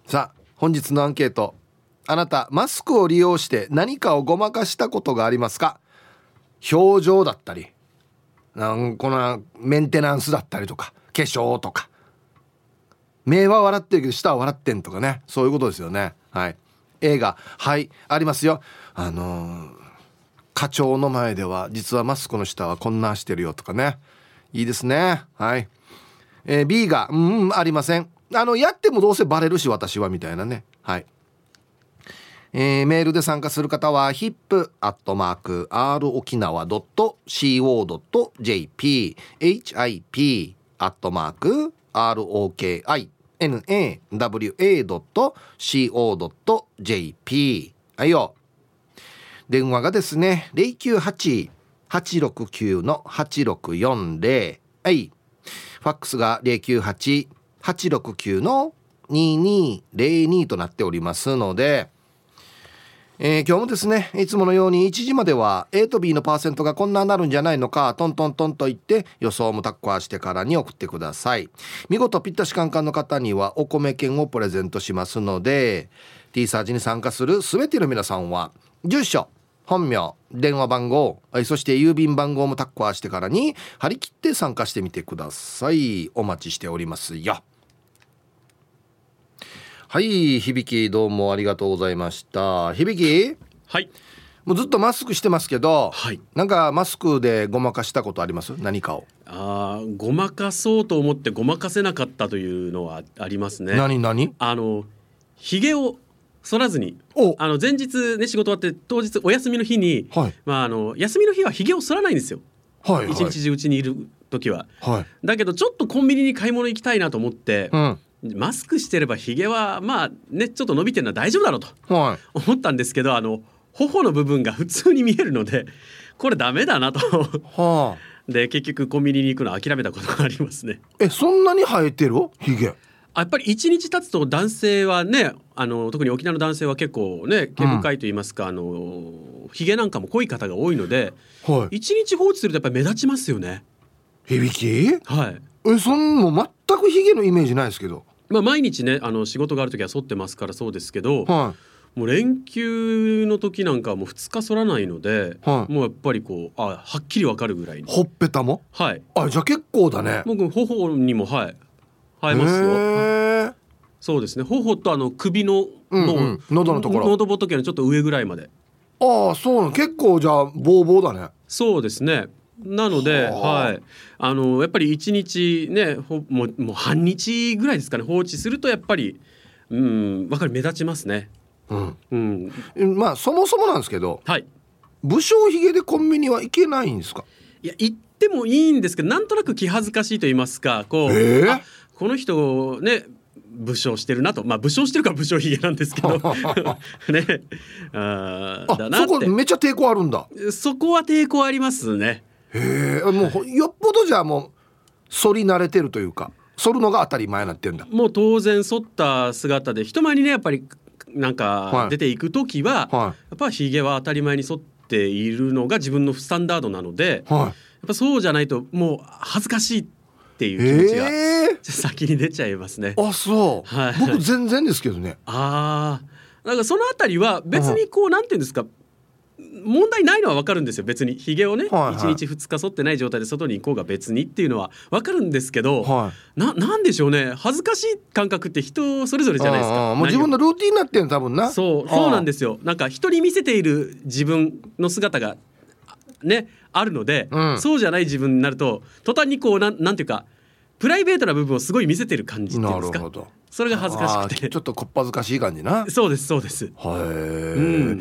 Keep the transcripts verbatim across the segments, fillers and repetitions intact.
さあ本日のアンケート、あなたマスクを利用して何かをごまかしたことがありますか？表情だったりなんこのメンテナンスだったりとか化粧とか、目は笑ってるけど舌は笑ってんとかね、そういうことですよね。はい。映画はいありますよ。あのー、課長の前では実はマスクの下はこんなしてるよとかね、いいですね。はい。えー、B がうんありません。あのやってもどうせバレるし私はみたいなね。はい。えー、メールで参加する方は ヒップ アットマーク アール 沖縄 ドット シーオー ドット ジェーピー ヒップ アットマーク アール オーケーアイエヌエーダブリューエー ドット シーオー ドット ジェーピー はいよ。電話がですね ゼロきゅうはち はちろくきゅう はちろくよんゼロ、はい。ファックスが ゼロきゅうはち はちろくきゅう ににゼロに となっておりますので、えー、今日もですねいつものようにいちじまでは A と B のパーセントがこんななるんじゃないのかトントントンと言って予想もタッカーしてからに送ってください。見事ぴったしカンカンの方にはお米券をプレゼントしますので T サージに参加するすべての皆さんは住所本名電話番号そして郵便番号もタッカーしてからに張り切って参加してみてください。お待ちしておりますよ。はい、響きどうもありがとうございました。響き、 はい、 もうずっとマスクしてますけど、 はい、 なんかマスクでごまかしたことあります？何かを。 あーごまかそうと思ってごまかせなかったというのはありますね。 何何？ あのひげを剃らずに、あの前日ね仕事終わって当日お休みの日に、はい、まあ、あの休みの日はひげを剃らないんですよ、はいはい、一日中うちにいる時は、はい、だけどちょっとコンビニに買い物行きたいなと思って、うん、マスクしてればひげはまあねちょっと伸びてるのは大丈夫だろうと思ったんですけど、あの頬の部分が普通に見えるのでこれダメだなとはあ、で結局コンビニに行くのを諦めたことがありますね。 え、そんなに生えてるひげ？ やっぱりいちにち経つと男性はね、あの特に沖縄の男性は結構ね毛深いと言いますか、うん、あのひげなんかも濃い方が多いので、はい、いちにち放置するとやっぱり目立ちますよね。 響き？ はい。 え、そんも全くひげのイメージないですけど、 まあ、毎日ねあの仕事がある時は剃ってますからそうですけど、はい、もう連休の時なんかはもうふつか剃らないので、はい、もうやっぱりこうあはっきりわかるぐらいに。 ほっぺたも？ はい。 あ、じゃあ結構だね。 僕頬にもはい生えますよ。そうですね。頬とあの首のもう、うんうん、喉のところ、喉仏のちょっと上ぐらいまで。 ああ、そうなの。結構じゃあボーボーだね。 そうですね。なので、はい、あのやっぱり一日ねほもう、もう半日ぐらいですかね放置するとやっぱりうんわかる目立ちますね。 うんうん、まあそもそもなんですけど、 はい、 武将髭でコンビニは行けないんですか？ いや行ってもいいんですけどなんとなく気恥ずかしいと言いますかこう、 えー、 あこの人ね武将してるなと、まあ武将してるから武将髭なんですけどね、ああだなって。そこめっちゃ抵抗あるんだ。 そこは抵抗ありますね。 へえ、もうよっぽどじゃあもう反り慣れてるというか反るのが当たり前になってるんだ。 もう当然反った姿で人前にねやっぱりなんか出ていく時は、はいはい、やっぱひげは当たり前に反っているのが自分のスタンダードなので、はい、やっぱそうじゃないともう恥ずかしいっていう気持ちが先に出ちゃいますね。 あ、そう、はい、僕全然ですけどね。 ああ、だからそのあたりは別にこうなんていうんですか問題ないのは分かるんですよ。別にひげをね、はいはい、いちにちふつか剃ってない状態で外に行こうが別にっていうのは分かるんですけど、はい、な, なんでしょうね恥ずかしい感覚って人それぞれじゃないですか。 もう自分のルーティンになってるの多分な。 そうそうなんですよ。なんか人に見せている自分の姿がねあるので、うん、そうじゃない自分になると途端にこう な, なんていうかプライベートな部分をすごい見せてる感じっていうんですか。なるほど。それが恥ずかしくてちょっとこっぱずかしい感じな。 そうですそうです。 はい、うん、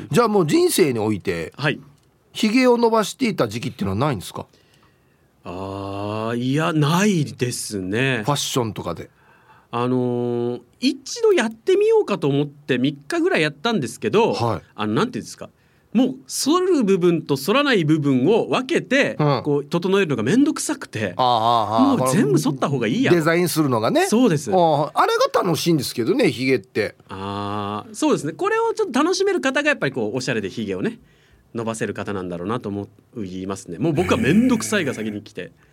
じゃあもう人生において、はい、ひげを伸ばしていた時期っていうのはないんですか？ あーいやないですね。 ファッションとかであのー、一度やってみようかと思ってみっかぐらいやったんですけど、はい、あのなんていうんですかもう反る部分と反らない部分を分けて、うん、こう整えるのがめんどくさくて、もう全部反った方がいいやデザインするのがね。 そうです。 あ, あれが楽しいんですけどねひげって。 あそうですね。これをちょっと楽しめる方がやっぱりこうおしゃれでひげをね伸ばせる方なんだろうなと思いますね。もう僕はめんどくさいが先に来て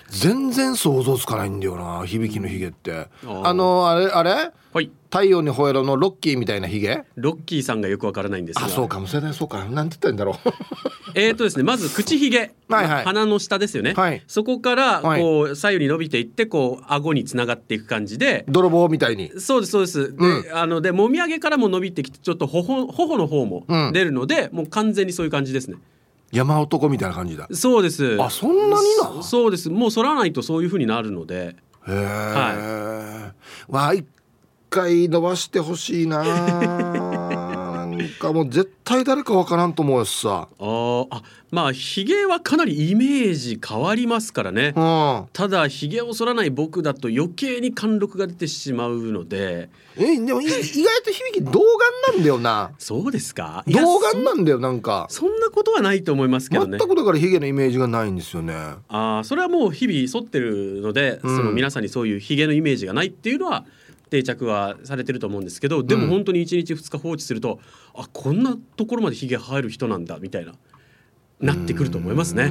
全然想像つかないんだよな、響きのヒゲって。あのあれあれ、 はい、 太陽にほえろのロッキーみたいなヒゲ。 ロッキーさんがよくわからないんですが。 あ、そうかもしれない。そうか、なんて言ったらいいんだろうえーとですね、まず口ひげ、はいはい、鼻の下ですよね、はい、そこからこう左右に伸びていってこう顎につながっていく感じで、 泥棒みたいに。 そうですそうです、うん、であのでもみあげからも伸びてきてちょっと頬頬の方も出るので、うん、もう完全にそういう感じですね。 山男みたいな感じだ。 そうです。 あ、そんなにな。 そ, そうです。もう剃らないとそういう風になるので。へえ、はい、わあ一回伸ばしてほしいななんかもう絶対誰かわからんと思うしさ。 ああ、まあヒゲはかなりイメージ変わりますからね、うん、ただヒゲを剃らない僕だと余計に貫禄が出てしまうので。 えでも意外と響き童顔なんだよな。 そうですか。 童顔なんだよ。なんかそんなことはないと思いますけどね。 全くだからヒゲのイメージがないんですよね。 ああ、それはもう日々剃ってるので、うん、その皆さんにそういうヒゲのイメージがないっていうのは定着はされてると思うんですけど、でも本当にいちにちふつか放置すると、うん、あ、こんなところまでヒゲ生える人なんだみたいななってくると思いますね。 うん、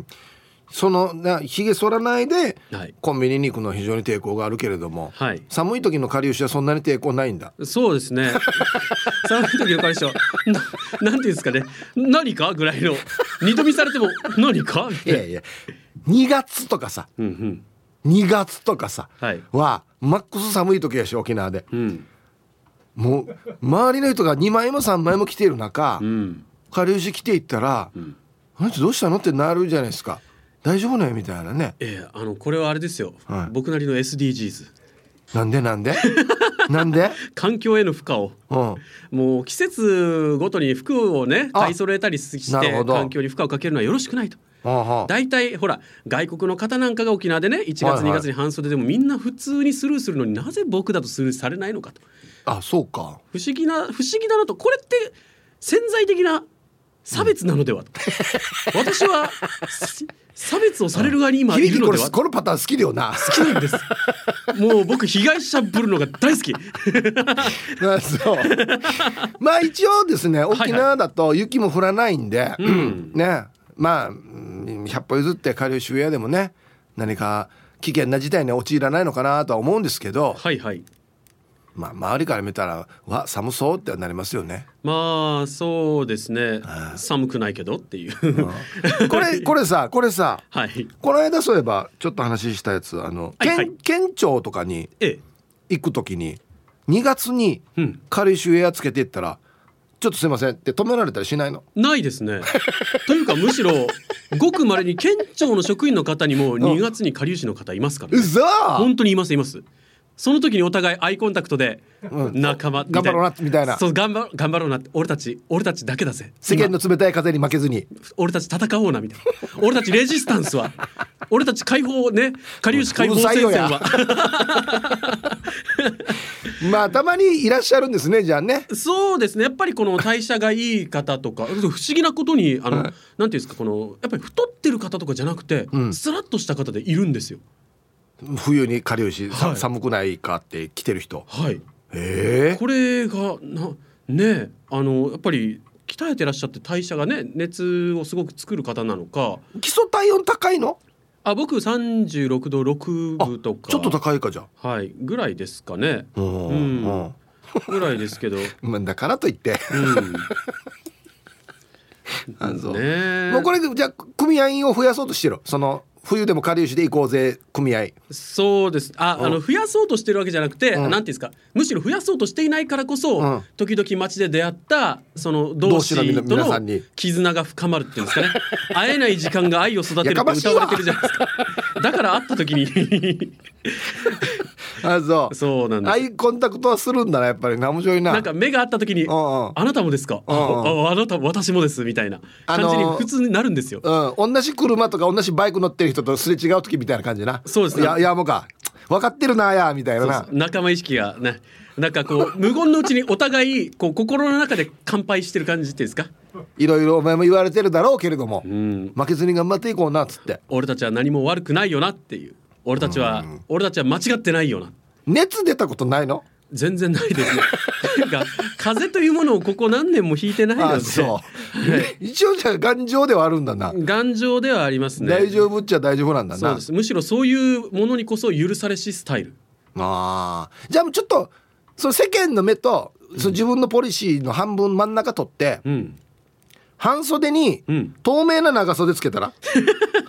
そのヒゲ剃らないで、はい、コンビニに行くのは非常に抵抗があるけれども、はい、寒い時のかりゆしはそんなに抵抗ないんだ。 そうですね寒い時のかりゆしは な, なんていうんですかね、何かぐらいの二度見されても何かいやいやにがつとかさ、うんうんにがつとかさ、はい、はマックス寒い時やし沖縄で、うん、もう周りの人がにまいもさんまいも着ている中、うん、かりゆし着ていったら、うん、あの人どうしたのってなるじゃないですか。大丈夫ねみたいなね。 えー、あのこれはあれですよ、はい、僕なりの エスディージーズ。 なんでなんでなんで環境への負荷を、うん、もう季節ごとに服をね買い揃えたりして環境に負荷をかけるのはよろしくないと。だいたいほら外国の方なんかが沖縄でねいちがつにがつに半袖でもみんな普通にスルーするのに、なぜ僕だとスルーされないのかと。 あ、そうか。 不思議な不思議だなと。これって潜在的な差別なのではと、うん、私は差別をされる側に今いるのでは。 このパターン好きだよな。 好きなんです。もう僕被害者ぶるのが大好きあ、そうまあ一応ですね、沖縄だと雪も降らないんで、はいはい、うん、ね、まあひゃっぽ譲ってかりゆしウェアでもね何か危険な事態に陥らないのかなとは思うんですけど、 はいはい、 まあ周りから見たらわ寒そうってなりますよね。 まあそうですね、寒くないけどっていうこれこれさこれさ、 はい、 この間そういえばちょっと話したやつ、あの、はいはい、県庁とかに行くときににがつにかりゆしウェアつけていったら、ちょっとすいませんって止められたりしないの？ ないですねというかむしろごく稀に県庁の職員の方にもにがつにかりゆしの方いますからね。 うそー。 本当にいますいます。その時にお互いアイコンタクトで、うん、仲間みたいな、 頑張ろうなみたいな。 そう頑張頑張ろうなって、俺たち俺たちだけだぜ、 世間の冷たい風に負けずに俺たち戦おうなみたいな俺たちレジスタンスは俺たち解放ね、かりゆし解放戦線はまあたまにいらっしゃるんですね、じゃあね。 そうですね、やっぱりこの代謝がいい方とか不思議なことにあの、はい、なんていうんですか、このやっぱり太ってる方とかじゃなくて、うん、スラッとした方でいるんですよ。 冬にかりゆし、はい、寒くないかって着てる人。 はい。 えー、 これがなね、あのやっぱり鍛えてらっしゃって代謝がね熱をすごく作る方なのか。 基礎体温高いの？ あ、僕さんじゅうろくどろくぶとかちょっと高いかじゃあ、はい、ぐらいですかね。うん、うん、ぐらいですけどだからといって、うん、あそうね、もうこれでじゃあ組合員を増やそうとしてる。その冬でもかりゆしで行こうぜ組合。 そうです。あ、あの増やそうとしてるわけじゃなくて、うん、なんていうんですか、むしろ増やそうとしていないからこそ、うん、時々街で出会ったその同士との絆が深まるっていうんですかね会えない時間が愛を育てるって歌われてるじゃないですかだから会った時にあ、そうそうなんです。 アイコンタクトはするんだな、やっぱりな。面白いな。 なんか目が合った時に、うんうん、あなたもですか、うんうん、あ, あなた私もですみたいな感じに普通になるんですよ、 うん、同じ車とか同じバイク乗ってる人とすれ違う時みたいな感じな。 そうですね。 いや、いやもうか分かってるなやみたいなな。 そうそう、仲間意識がね、なんかこう無言のうちにお互いこう心の中で乾杯してる感じっていうんですか。 いろいろお前も言われてるだろうけれども、うん、負けずに頑張っていこうなっつって、 俺たちは何も悪くないよなっていう、俺たちは俺たちは間違ってないよな。 熱出たことないの？ 全然ないですねなんか風邪というものをここ何年もひいてないので。あ、そう、 はい、一応じゃあ頑丈ではあるんだな。 頑丈ではありますね。 大丈夫っちゃ大丈夫なんだな。 そうです。むしろそういうものにこそ許されしスタイル。 ああ、じゃあちょっとその世間の目と、うん、その自分のポリシーの半分真ん中取って、うん、半袖に透明な長袖つけたら、うん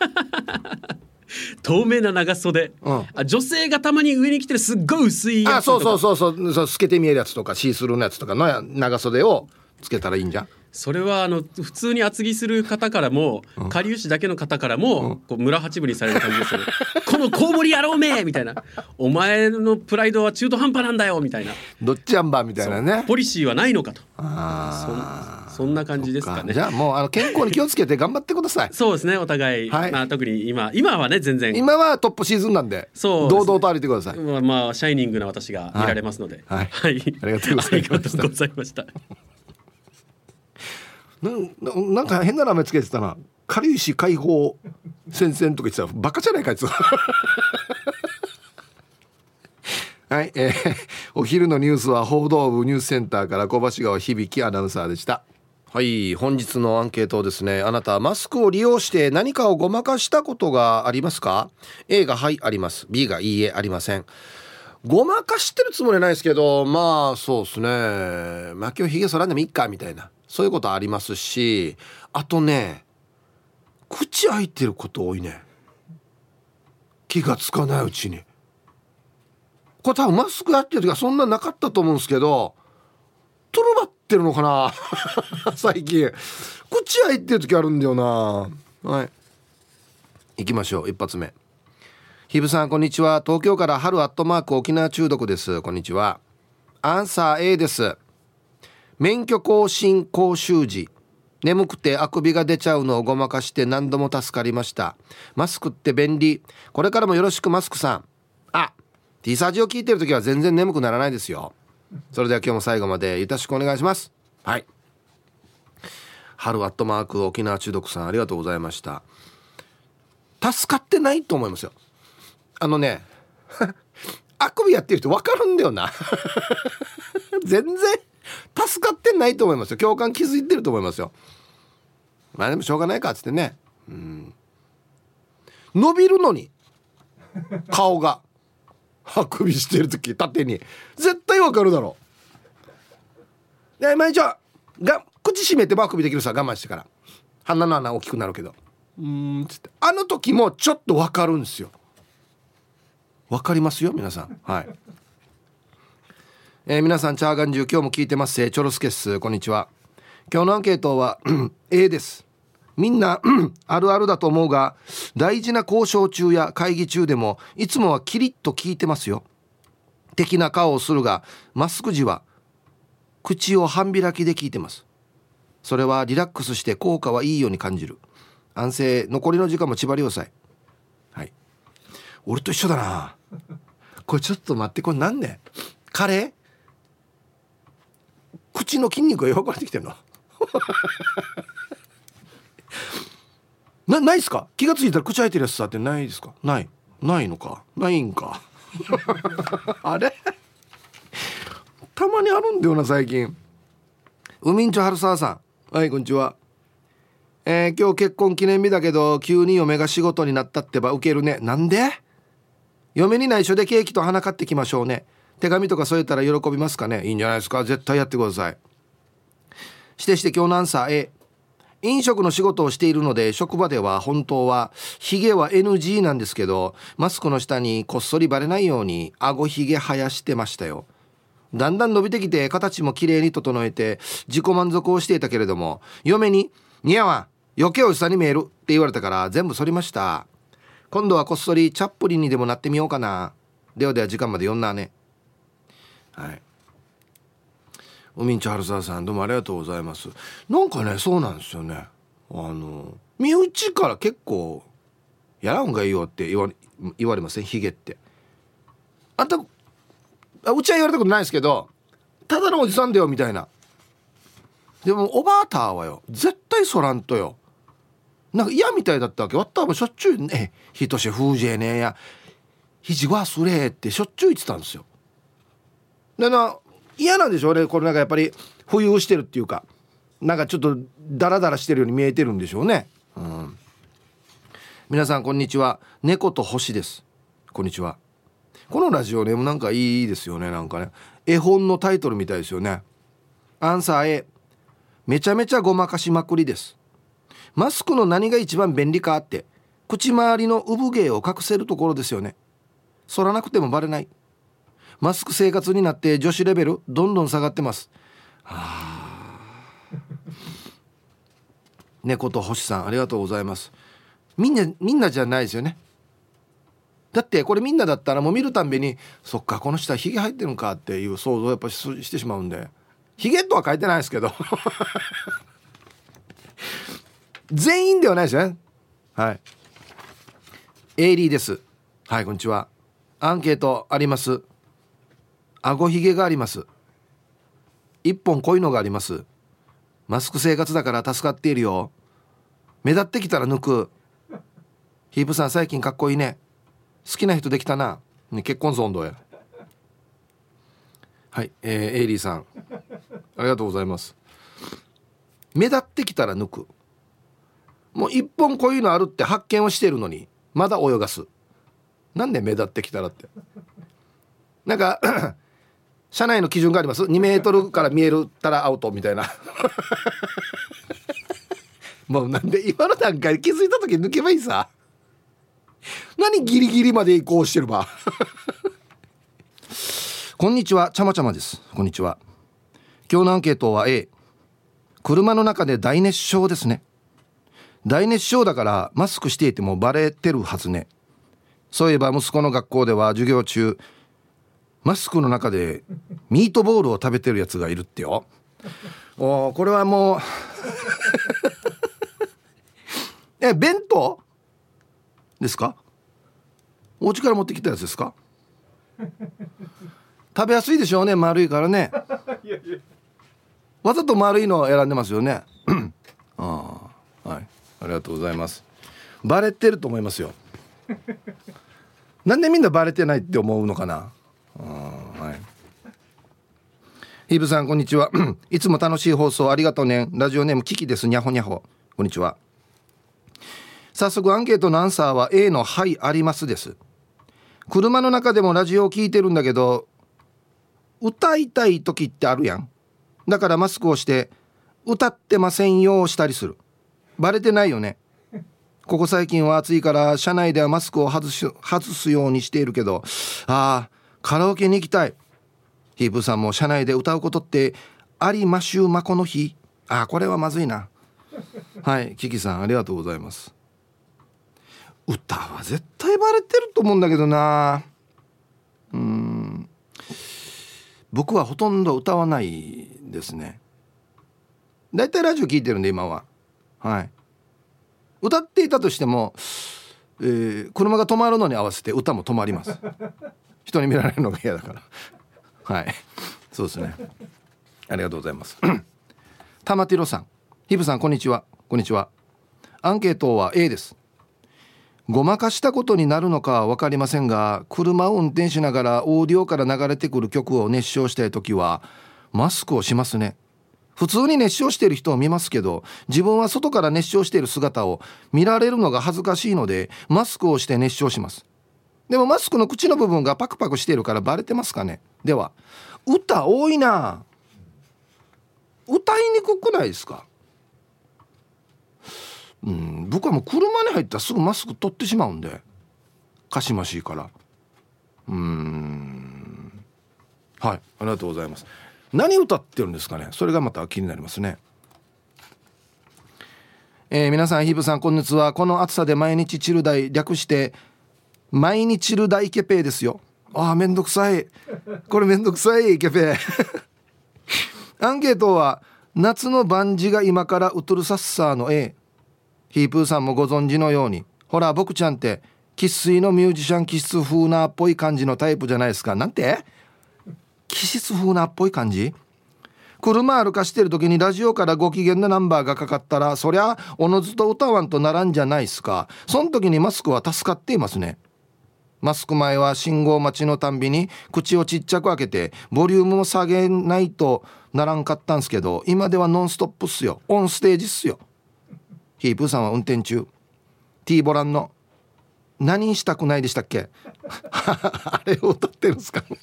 透明な長袖、うん、あ女性がたまに上に着てるすっごい薄いやつとか、 あ、そうそうそうそう、透けて見えるやつとかシースルーのやつとかの長袖をつけたらいいんじゃん。 それはあの普通に厚着する方からも、うん、下流市だけの方からも、うん、こう村八分にされる感じですよねこのコウモリ野郎めみたいな、お前のプライドは中途半端なんだよみたいな、 どっちあんばみたいなね、 ポリシーはないのかと。あ、そ, そんな感じですかね。 じゃあもうあの健康に気をつけて頑張ってくださいそうですね、お互い、はい、まあ、特に今今はね全然今はトップシーズンなんで、そうですね、堂々と歩いてください。 まあ、まあ、シャイニングな私が見られますので、 はい、はいはい、ありがとうございましたな, な, なんか変な名前つけてたな、軽石解放戦線とか言ってたらバカじゃないかあいつはい、えー、お昼のニュースは報道部ニュースセンターから小橋川響アナウンサーでした。はい、本日のアンケートですね。あなたマスクを利用して何かをごまかしたことがありますか？ A がはいあります、 B がいいえありません。ごまかしてるつもりないですけど、まあそうですね、まあ今日ひげ剃らんでもいいかみたいな、そういうことありますし、あとね、口開いてること多いね、気がつかないうちに。これ多分マスクやってる時はそんななかったと思うんですけど、トルバってるのかな最近口開いてる時あるんだよな。はい、行きましょう。一発目、ひぶさんこんにちは、東京から春アットマーク沖縄中毒です。こんにちは。アンサー A です。免許更新講習時、眠くてあくびが出ちゃうのをごまかして何度も助かりました。マスクって便利、これからもよろしくマスクさん。あ、T サージを聞いてるときは全然眠くならないですよ。それでは今日も最後までよろしくお願いします。はい、春アットマーク沖縄中毒さんありがとうございました。助かってないと思いますよ。あのねあくびやってる人分かるんだよな全然助かってないと思いますよ。共感気づいてると思いますよ。まあでもしょうがないかっつってね、うん、伸びるのに顔があくびしてるとき縦に絶対わかるだろう。で毎日はが口閉めてあくびできるさ、我慢してから鼻の穴大きくなるけど、うーんつってあの時もちょっとわかるんですよ。わかりますよ皆さん。はい、えー、皆さんチャーガンジュ今日も聞いてます。チョロスケッスこんにちは。今日のアンケートはA です。みんなあるあるだと思うが、大事な交渉中や会議中でもいつもはキリッと聞いてますよ的な顔をするが、マスク時は口を半開きで聞いてます。それはリラックスして効果はいいように感じる。安静、残りの時間も縛りをさい。はい、俺と一緒だなこれちょっと待って、これなんでカレー口の筋肉が弱くなってきてるのな, ないっすか？気がついたら口開いてるやつさってないですか？ないないのか、ないんかあれたまにあるんだよな最近。ウミンチョ春沢さん、はいこんにちは。えー、今日結婚記念日だけど急に嫁が仕事になったってばウケるね。なんで？嫁に内緒でケーキと花買ってきましょうね。手紙とか添えたら喜びますかね？いいんじゃないですか。絶対やってください。してして今日のアンサー A、飲食の仕事をしているので職場では本当はヒゲは エヌジー なんですけど、マスクの下にこっそりバレないように顎ひげ生やしてましたよ。だんだん伸びてきて形も綺麗に整えて自己満足をしていたけれども、嫁に似合わん、余計おじさんに見えるって言われたから全部剃りました。今度はこっそりチャップリンにでもなってみようかな。ではでは時間まで読んだね。はい、ウミンチ春沢さんどうもありがとうございます。なんかねそうなんですよね。あの身内から結構やらんがいいよって言わ言われません？ヒゲってあんた、あうちは言われたことないですけど、ただのおじさんだよみたいな。でもおばあたはよ絶対そらんとよ、なんか嫌みたいだったわけ。わったもしょっちゅうね、ひとし風じえねえやひじわすれってしょっちゅう言ってたんですよ。 だから嫌なんでしょうね。これなんかやっぱり浮遊してるっていうか、なんかちょっとダラダラしてるように見えてるんでしょうね。うん、皆さんこんにちは、猫と星です。こんにちは。このラジオネームなんかいいですよね。なんかね、絵本のタイトルみたいですよね。アンサー A、 めちゃめちゃごまかしまくりです。マスクの何が一番便利かって、口周りの産毛を隠せるところですよね。剃らなくてもバレない。マスク生活になって女子レベルどんどん下がってます。はあ、猫と星さんありがとうございます。みんなみんなじゃないですよね。だってこれみんなだったらもう見るたんびに、そっかこの人はヒゲ入ってるんかっていう想像をやっぱりしてしまうんで、ヒゲとは書いてないですけど全員ではないですね。はい、エイリーです。はい、こんにちは。アンケートあります。顎ひげがあります。一本濃いのがあります。マスク生活だから助かっているよ。目立ってきたら抜く。ヒープさん最近かっこいいね。好きな人できたな、ね、結婚ゾーンどうや。はい、えー、エイリーさんありがとうございます。目立ってきたら抜く。もう一本こういうのあるって発見をしてるのにまだ泳がす。なんで目立ってきたらって、なんか社内の基準があります。にメートルから見えるたらアウトみたいなもうなんで今の段階で気づいた時抜けばいいさ。何ギリギリまで移行してるばこんにちは、ちゃまちゃまです。こんにちは。今日のアンケートは A、 車の中で大熱唱ですね。大熱唱だからマスクしていてもバレてるはずね。そういえば息子の学校では授業中マスクの中でミートボールを食べてるやつがいるってよ。おこれはもうえ弁当ですか？お家から持ってきたやつですか？食べやすいでしょうね、丸いからね。わざと丸いのを選んでますよねああ、はい、ありがとうございます。バレてると思いますよなんでみんなバレてないって思うのかな。あ、はい、ヒーブさんこんにちは。いつも楽しい放送ありがとうね。ラジオネームキキです。にゃほにゃほ。こんにちは。早速アンケートのアンサーは A のはいありますです。車の中でもラジオを聞いてるんだけど歌いたい時ってあるやん。だからマスクをして歌ってませんよをしたりする。バレてないよね。ここ最近は暑いから車内ではマスクを外す、外すようにしているけど、ああカラオケに行きたい。ヒープさんも車内で歌うことってありましゅうまこの日。ああこれはまずいな。はいキキさんありがとうございます。歌は絶対バレてると思うんだけどな。うーん僕はほとんど歌わないですね。だいたいラジオ聞いてるんで今は。はい、歌っていたとしても、えー、車が止まるのに合わせて歌も止まります。人に見られるのが嫌だからはいそうですね。ありがとうございます玉ティロさん、ヒブさんこんにちは。こんにちは。アンケートは A です。ごまかしたことになるのかは分かりませんが、車を運転しながらオーディオから流れてくる曲を熱唱したいときはマスクをしますね。普通に熱唱している人を見ますけど、自分は外から熱唱している姿を見られるのが恥ずかしいのでマスクをして熱唱します。でもマスクの口の部分がパクパクしているからバレてますかね。では歌多いな。歌いにくくないですか？うん、僕はもう車に入ったらすぐマスク取ってしまうんで、かしましいから。うーんはい、ありがとうございます。何歌ってるんですかね。それがまた気になりますね。えー、皆さんヒブさんこんにちは。この暑さで毎日チルダイ略して毎日チルダイケペイですよ。あーめんどくさい。これめんどくさいケペイアンケートは夏のバンジが今からウトゥルサッサーの A。ヒープーさんもご存知のように、ほら僕ちゃんって生粋のミュージシャン気質風なっぽい感じのタイプじゃないですか。なんて気質風なっぽい感じ。車歩かしてる時にラジオからご機嫌なナンバーがかかったら、そりゃおのずと歌わんとならんじゃないですか。その時にマスクは助かっていますね。 マスク前は信号待ちのたんびに口をちっちゃく開けてボリュームも下げないとならんかったんすけど、今ではノンストップっすよ。オンステージっすよ。ヒープーさんは運転中。 T ボランの何したくないでしたっけあれを歌ってるんですか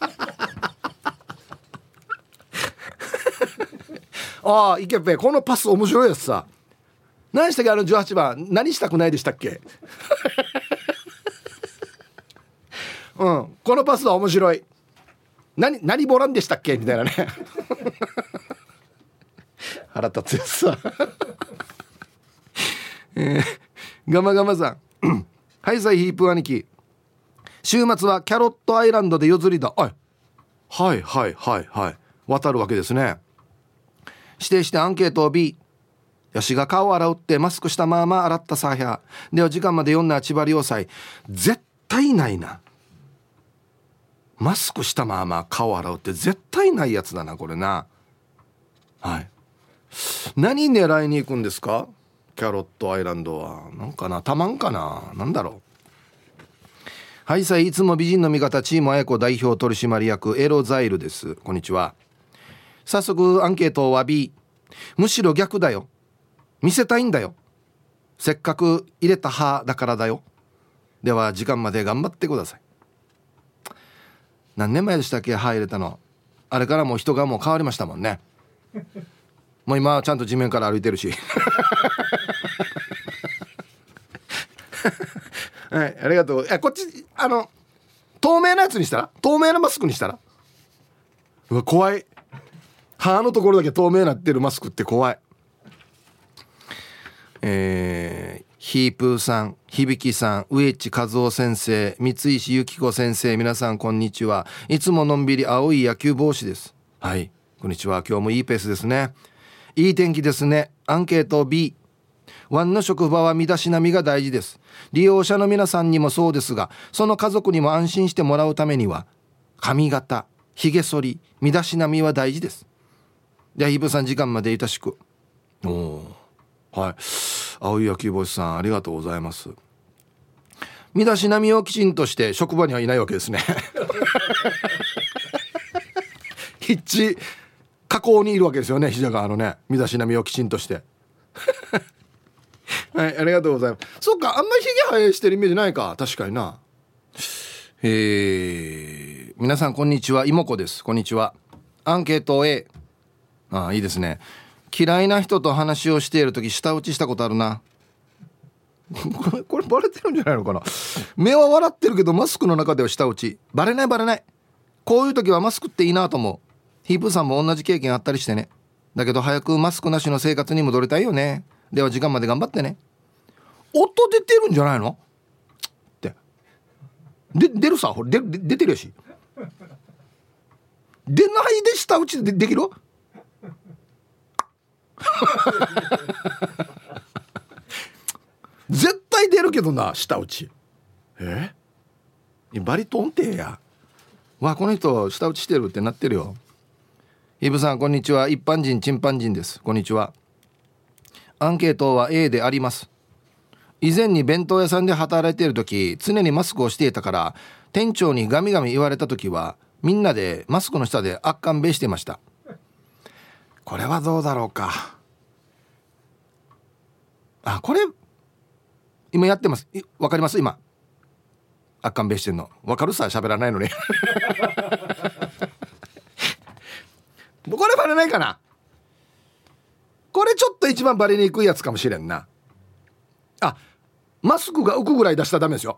ああ、いけっぺ、このパス面白いやつさ。何したっけ、あのじゅうはちばん何したくないでしたっけうん、このパスは面白い。何何ボランでしたっけみたいなね腹立つやつさ、えー、ガマガマさんはい、さいヒープ兄貴、週末はキャロットアイランドで夜釣りだ。はいはいはいはいはい渡るわけですね。指定してアンケートを B。 よしが顔を洗うってマスクしたまま洗ったさあやでは時間まで読んだ千葉良斎絶対ないな。マスクしたまま顔洗うって絶対ないやつだなこれな。はい、何狙いに行くんですかキャロットアイランドは。なんかな、たまんかな、なんだろう。はいさい、いつも美人の味方チームあやこ代表取締役エロザイルです。こんにちは。早速アンケートは B。 むしろ逆だよ、見せたいんだよ、せっかく入れた歯だからだよ。では時間まで頑張ってください。何年前でしたっけ歯入れたの。あれからもう人がもう変わりましたもんね。もう今はちゃんと地面から歩いてるしはい、ありがとう。えこっちあの透明なやつにしたら、透明なマスクにしたら、うわ怖い。歯のところだけ透明になってるマスクって怖い。えー、ヒープーさん、響さん、植地和夫先生、三石由紀子先生、皆さんこんにちは。いつものんびり青い野球帽子です。はい、こんにちは。今日もいいペースですね。いい天気ですね。アンケート B。 ワンの職場は身だしなみが大事です。利用者の皆さんにもそうですが、その家族にも安心してもらうためには髪型、ひげ剃り、身だしなみは大事です。じゃあヒープーさん時間までいたしく。おー、はい、青い野球帽子さんありがとうございます。身だしなみをきちんとして職場にはいないわけですねひっち加工にいるわけですよね、膝があのね、身だしなみをきちんとしてはい、ありがとうございます。そっか、あんまりひげ生えしてるイメージないか。確かにな。えー、皆さんこんにちは、いもこです。こんにちは。アンケート A。 ああ、いいですね。嫌いな人と話をしているとき舌打ちしたことあるなこれ、これバレてるんじゃないのかな。目は笑ってるけどマスクの中では舌打ち。バレないバレない。こういう時はマスクっていいなと思う。ヒープーさんも同じ経験あったりしてね。だけど早くマスクなしの生活に戻りたいよね。では時間まで頑張ってね。音出てるんじゃないのってで出るさ、ほら出出てるやし。出ないで舌打ちでできる絶対出るけどな、舌打ち。えバリトンってやわ、この人舌打ちしてるってなってるよ。イブさんこんにちは。一般人チンパンジンです。こんにちは。アンケートは A であります。以前に弁当屋さんで働いている時、常にマスクをしていたから店長にガミガミ言われた時はみんなでマスクの下であっかんべいしてました。これはどうだろうか。あ、これ今やってます。わかります？今あっかんべいしてんのわかるさ、喋らないのねこれバレないかな。これちょっと一番バレにくいやつかもしれんな。あ、マスクが浮くぐらい出したらダメですよ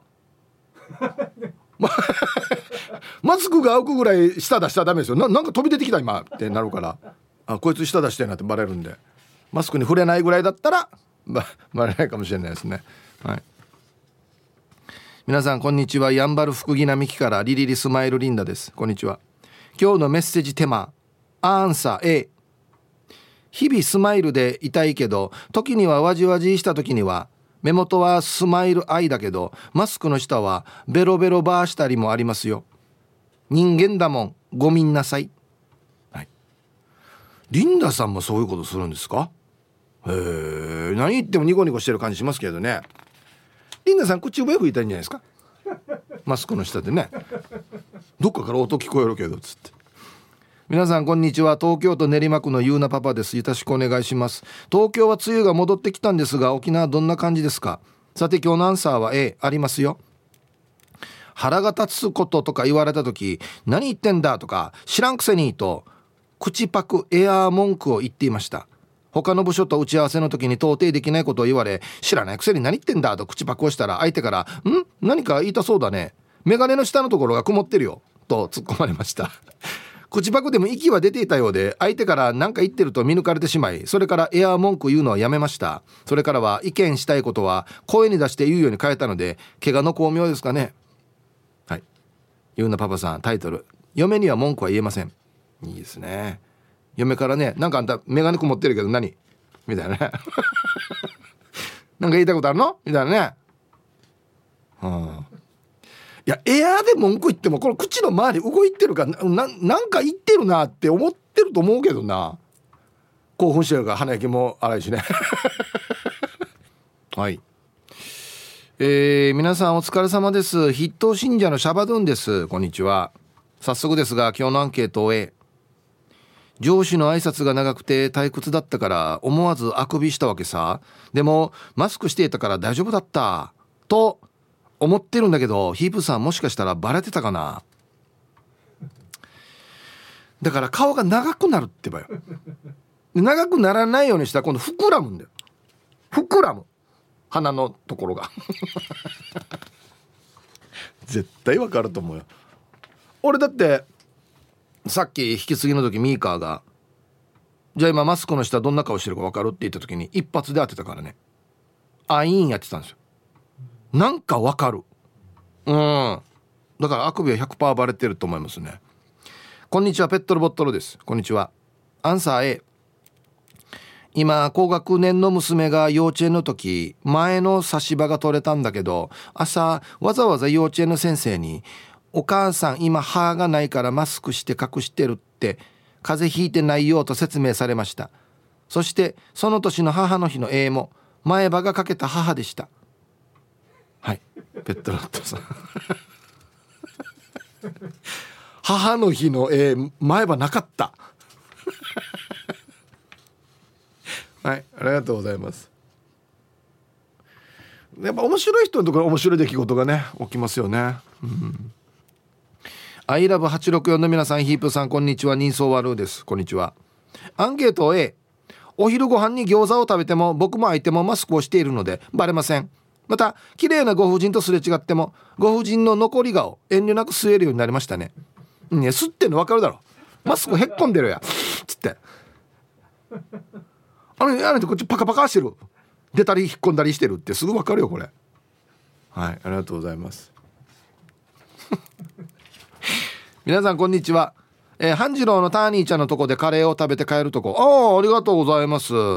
マスクが浮くぐらい舌出したらダメですよ。 な, なんか飛び出てきた今ってなるから、あ、こいつ舌出してるなってバレるんで、マスクに触れないぐらいだったらバ, バレないかもしれないですね。はい、皆さんこんにちは。やんばる福木並木からリリリスマイルリンダです。こんにちは。今日のメッセージテーマアンサー A。 日々スマイルでいたいけど時にはわじわじした時には目元はスマイルアイだけどマスクの下はベロベロバーしたりもありますよ。人間だもん、ごみんなさい。はい、リンダさんもそういうことするんですか。へえ、何言ってもニコニコしてる感じしますけどね。リンダさん口笛吹いたんじゃないですかマスクの下でね、どっかから音聞こえるけどつって。皆さんこんにちは、東京都練馬区のゆうなパパです。よろしくお願いします。東京は梅雨が戻ってきたんですが、沖縄どんな感じですか？さて今日のアンサーは A ありますよ。腹が立つこととか言われた時、何言ってんだとか知らんくせにと口パクエアー文句を言っていました。他の部署と打ち合わせの時に到底できないことを言われ、知らないくせに何言ってんだと口パクをしたら、相手からん何か言いたそうだね、メガネの下のところが曇ってるよと突っ込まれました口パクでも息は出ていたようで、相手から何か言ってると見抜かれてしまい、それからエアー文句言うのはやめました。それからは意見したいことは声に出して言うように変えたので、怪我の巧妙ですかね。はい、ゆうなパパさん、タイトル、嫁には文句は言えません。いいですね。嫁からね、なんかあんたメガネ曇ってるけど何みたいなねなんか言いたいことあるのみたいなね、うん、いやエアーで文句言ってもこの口の周り動いてるから な, なんか言ってるなって思ってると思うけどな。興奮してるから鼻焼きも荒いしねはい、えー、皆さんお疲れ様です。筆頭信者のシャバドゥンです。こんにちは。早速ですが今日のアンケートを A、上司の挨拶が長くて退屈だったから思わずあくびしたわけさ。でもマスクしていたから大丈夫だったと思ってるんだけど、ヒープさんもしかしたらバレてたかな。だから顔が長くなるってばよ。長くならないようにしたら今度膨らむんだよ。膨らむ鼻のところが絶対わかると思うよ。俺だってさっき引き継ぎの時ミーカーが、じゃあ今マスクの下どんな顔してるか分かるって言った時に一発で当てたからね。あいいんやってたんですよ。なんか分かる。うんだからあくびは ひゃくパーセント バレてると思いますね。こんにちは、ペットルボットルです。こんにちは。アンサー A、 今高学年の娘が幼稚園の時前の差し歯が取れたんだけど、朝わざわざ幼稚園の先生にお母さん今歯がないからマスクして隠してるって風邪ひいてないよと説明されました。そしてその年の母の日の A も前歯が欠けた母でした。はい、ペットロットさん母の日の A 前歯なかったはい、ありがとうございます。やっぱ面白い人のところ面白い出来事がね起きますよね。うんアイラブはちろくよんの皆さん、ヒープさんこんにちは、人相悪です。こんにちは。アンケート A、 お昼ご飯に餃子を食べても僕も相手もマスクをしているのでバレません。また綺麗なご婦人とすれ違ってもご婦人の残り顔遠慮なく吸えるようになりましたね。いや吸ってんの分かるだろ、マスクへっこんでるやつってあれあれってこっちパカパカしてる、出たり引っ込んだりしてるってすぐ分かるよこれ。はい、ありがとうございます皆さんこんにちは、えー、半次郎のターニーちゃんのとこでカレーを食べて帰るとこ、ああありがとうございます。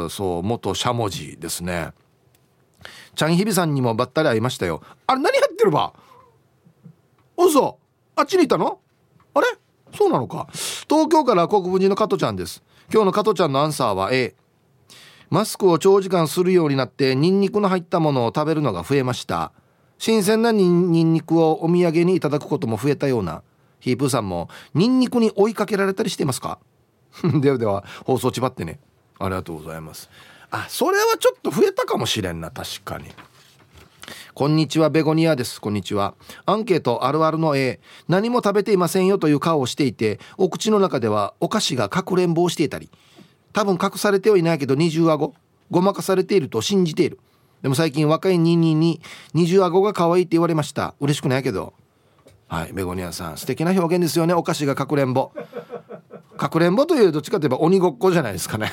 そう元しゃもじですね。ちゃんひびさんにもばったり会いましたよ。あれ何やってるば、嘘、あっちにいたの、あれそうなのか。東京から国分寺の加トちゃんです。今日の加トちゃんのアンサーは A、 マスクを長時間するようになってニンニクの入ったものを食べるのが増えました。新鮮なニンニクをお土産にいただくことも増えたような。ヒープーさんもニンニクに追いかけられたりしていますかではでは放送ちばってね。ありがとうございます。あ、それはちょっと増えたかもしれんな、確かに。こんにちは、ベゴニアです。こんにちは。アンケートあるあるの A、 何も食べていませんよという顔をしていてお口の中ではお菓子がかくれんぼをしていたり、多分隠されてはいないけど二重顎ごまかされていると信じている。でも最近若いニンニンに二重顎が可愛いって言われました。嬉しくないけど。はい、ベゴニアさん素敵な表現ですよね。お菓子がかくれんぼ、かくれんぼというどっちかといえば鬼ごっこじゃないですかね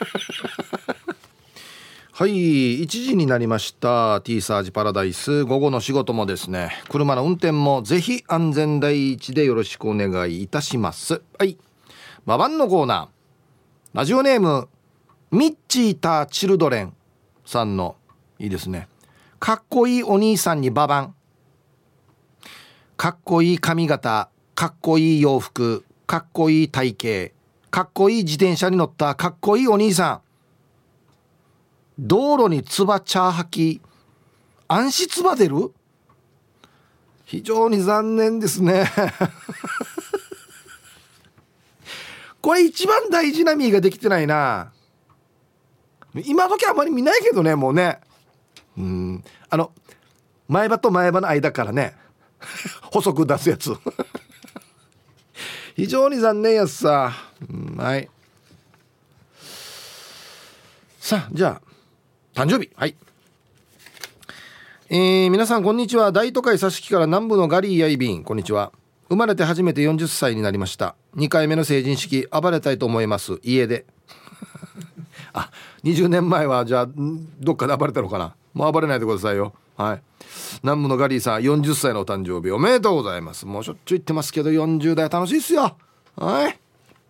はい、いちじになりました。 T サージパラダイス、午後の仕事もですね、車の運転もぜひ安全第一でよろしくお願いいたします。はい、ババンのコーナー、ラジオネームミッチータチルドレンさんのいいですね、かっこいいお兄さんにババン、かっこいい髪型、かっこいい洋服、かっこいい体型、かっこいい自転車に乗ったかっこいいお兄さん、道路につばチャーハキ、暗視つば出る、 非常に残念ですねこれ一番大事な実ができてないな。今時あんまり見ないけどね、もうね。うん、あの前歯と前歯の間からね細く出すやつ非常に残念やつさ、うん、はい。さあじゃあ誕生日、はい、えー、皆さんこんにちは。大都会佐敷から南部のガリーやいびん、こんにちは。生まれて初めてよんじゅっさいになりました。にかいめの成人式暴れたいと思います、家であ、にじゅうねんまえはじゃあどっかで暴れたのかな。もう暴れないでくださいよ。はい。南部のガリーさんよんじゅっさいのお誕生日おめでとうございます。もうしょっちゅう言ってますけどよんじゅう代楽しいっすよ。はい。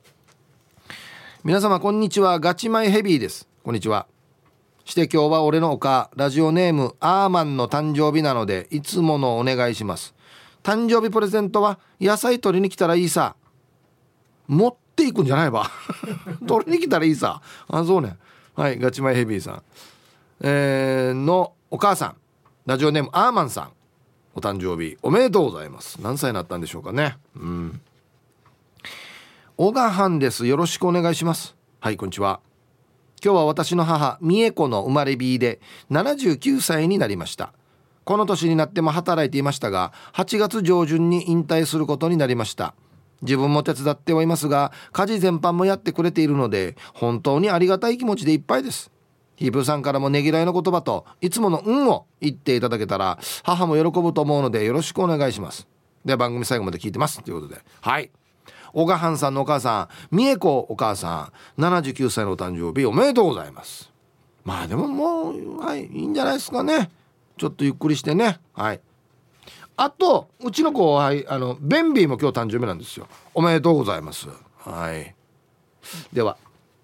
皆様こんにちは。ガチマイヘビーです。こんにちは。して今日は俺のおかラジオネームアーマンの誕生日なのでいつものお願いします。誕生日プレゼントは野菜取りに来たらいいさ。持っていくんじゃないば取りに来たらいいさ。あ、そうね。はい。ガチマイヘビーさん、えー、のお母さんラジオネームアーマンさん、お誕生日おめでとうございます。何歳になったんでしょうかね。うん。小川藩です。よろしくお願いします。はい、こんにちは。今日は私の母美恵子の生まれ日でななじゅうきゅうさいになりました。この年になっても働いていましたがはちがつ上旬に引退することになりました。自分も手伝ってはいますが家事全般もやってくれているので本当にありがたい気持ちでいっぱいです。ヒープさんからもねぎらいの言葉といつもの運を言っていただけたら母も喜ぶと思うのでよろしくお願いします。では番組最後まで聞いてますということで、はい。小川藩さんのお母さん美恵子お母さんななじゅうきゅうさいのお誕生日おめでとうございます。まあでももう、はい、いいんじゃないですかね。ちょっとゆっくりしてね。はい。あとうちの子は、はい、あのベンビーも今日誕生日なんですよ。おめでとうございます。はい。では、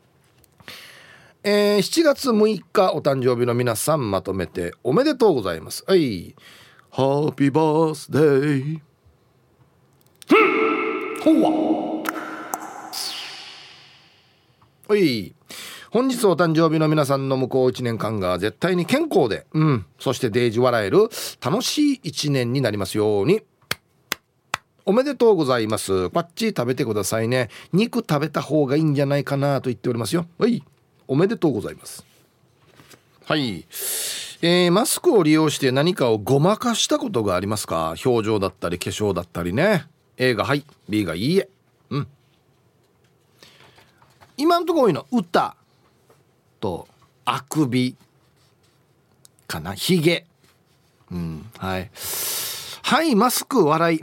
えー、しちがつむいかお誕生日の皆さんまとめておめでとうございます。はい。ハッピーバースデー。ほわ。はい。本日お誕生日の皆さんの向こういちねんかんが絶対に健康で、うん、そしてデージ笑える楽しいいちねんになりますように。おめでとうございます。パッチ食べてくださいね。肉食べた方がいいんじゃないかなと言っておりますよ。はい。おめでとうございます。はい。えー、マスクを利用して何かをごまかしたことがありますか？表情だったり化粧だったりね。A がはい、 B がいいえ。うん。今のところ多いの歌とあくびかな、ひげ。うん、はいはいマスク笑い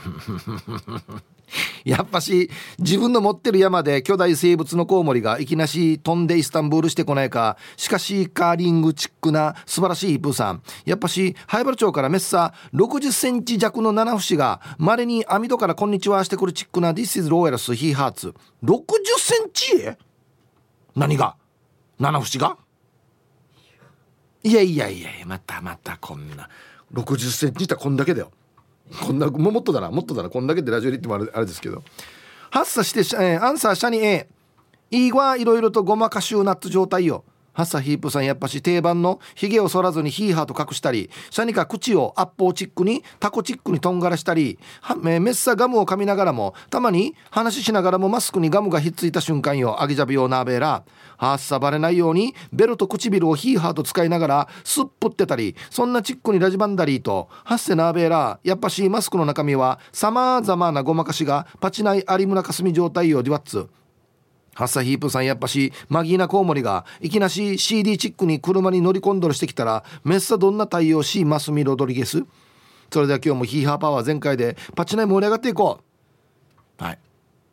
やっぱし自分の持ってる山で巨大生物のコウモリがいきなし飛んでイスタンブールしてこないか。しかしカーリングチックな素晴らしいヒップーさん、やっぱし灰原町からメッサろくじゅっセンチ弱の七節が稀に網戸からこんにちはしてくるチックな This is Royals He Hearts。 ろくじゅっセンチ？何が七節が？いやいやいやまたまたこんなろくじゅっセンチってこんだけだよ。こんなもっとだなもっとだなこんだけでラジオで言ってもあれ、あれですけど。発作して、えー、アンサーシャニ A。 いいわいろいろとごまかしゅうナッツ状態よ。ハッサヒープさんやっぱし定番のヒゲを剃らずにヒーハーと隠したり、シャニか口をアッポーチックにタコチックにとんがらしたり、は、えー、メッサガムを噛みながらもたまに話しながらもマスクにガムがひっついた瞬間よ。アギジャビオナーベーラハッサバレないようにベロと唇をヒーハーと使いながらスップってたり、そんなチックにラジバンダリーとハッセナーベーラやっぱしマスクの中身はさまざまなごまかしがパチナイアリムナカスミ状態よ。ディワッツハッサヒープさんやっぱしマギーナコウモリがいきなし シーディー チックに車に乗り込んどるしてきたらメッサどんな対応しますみロドリゲス。それでは今日もヒーハーパワー全開でパチナイ盛り上がっていこう。はい。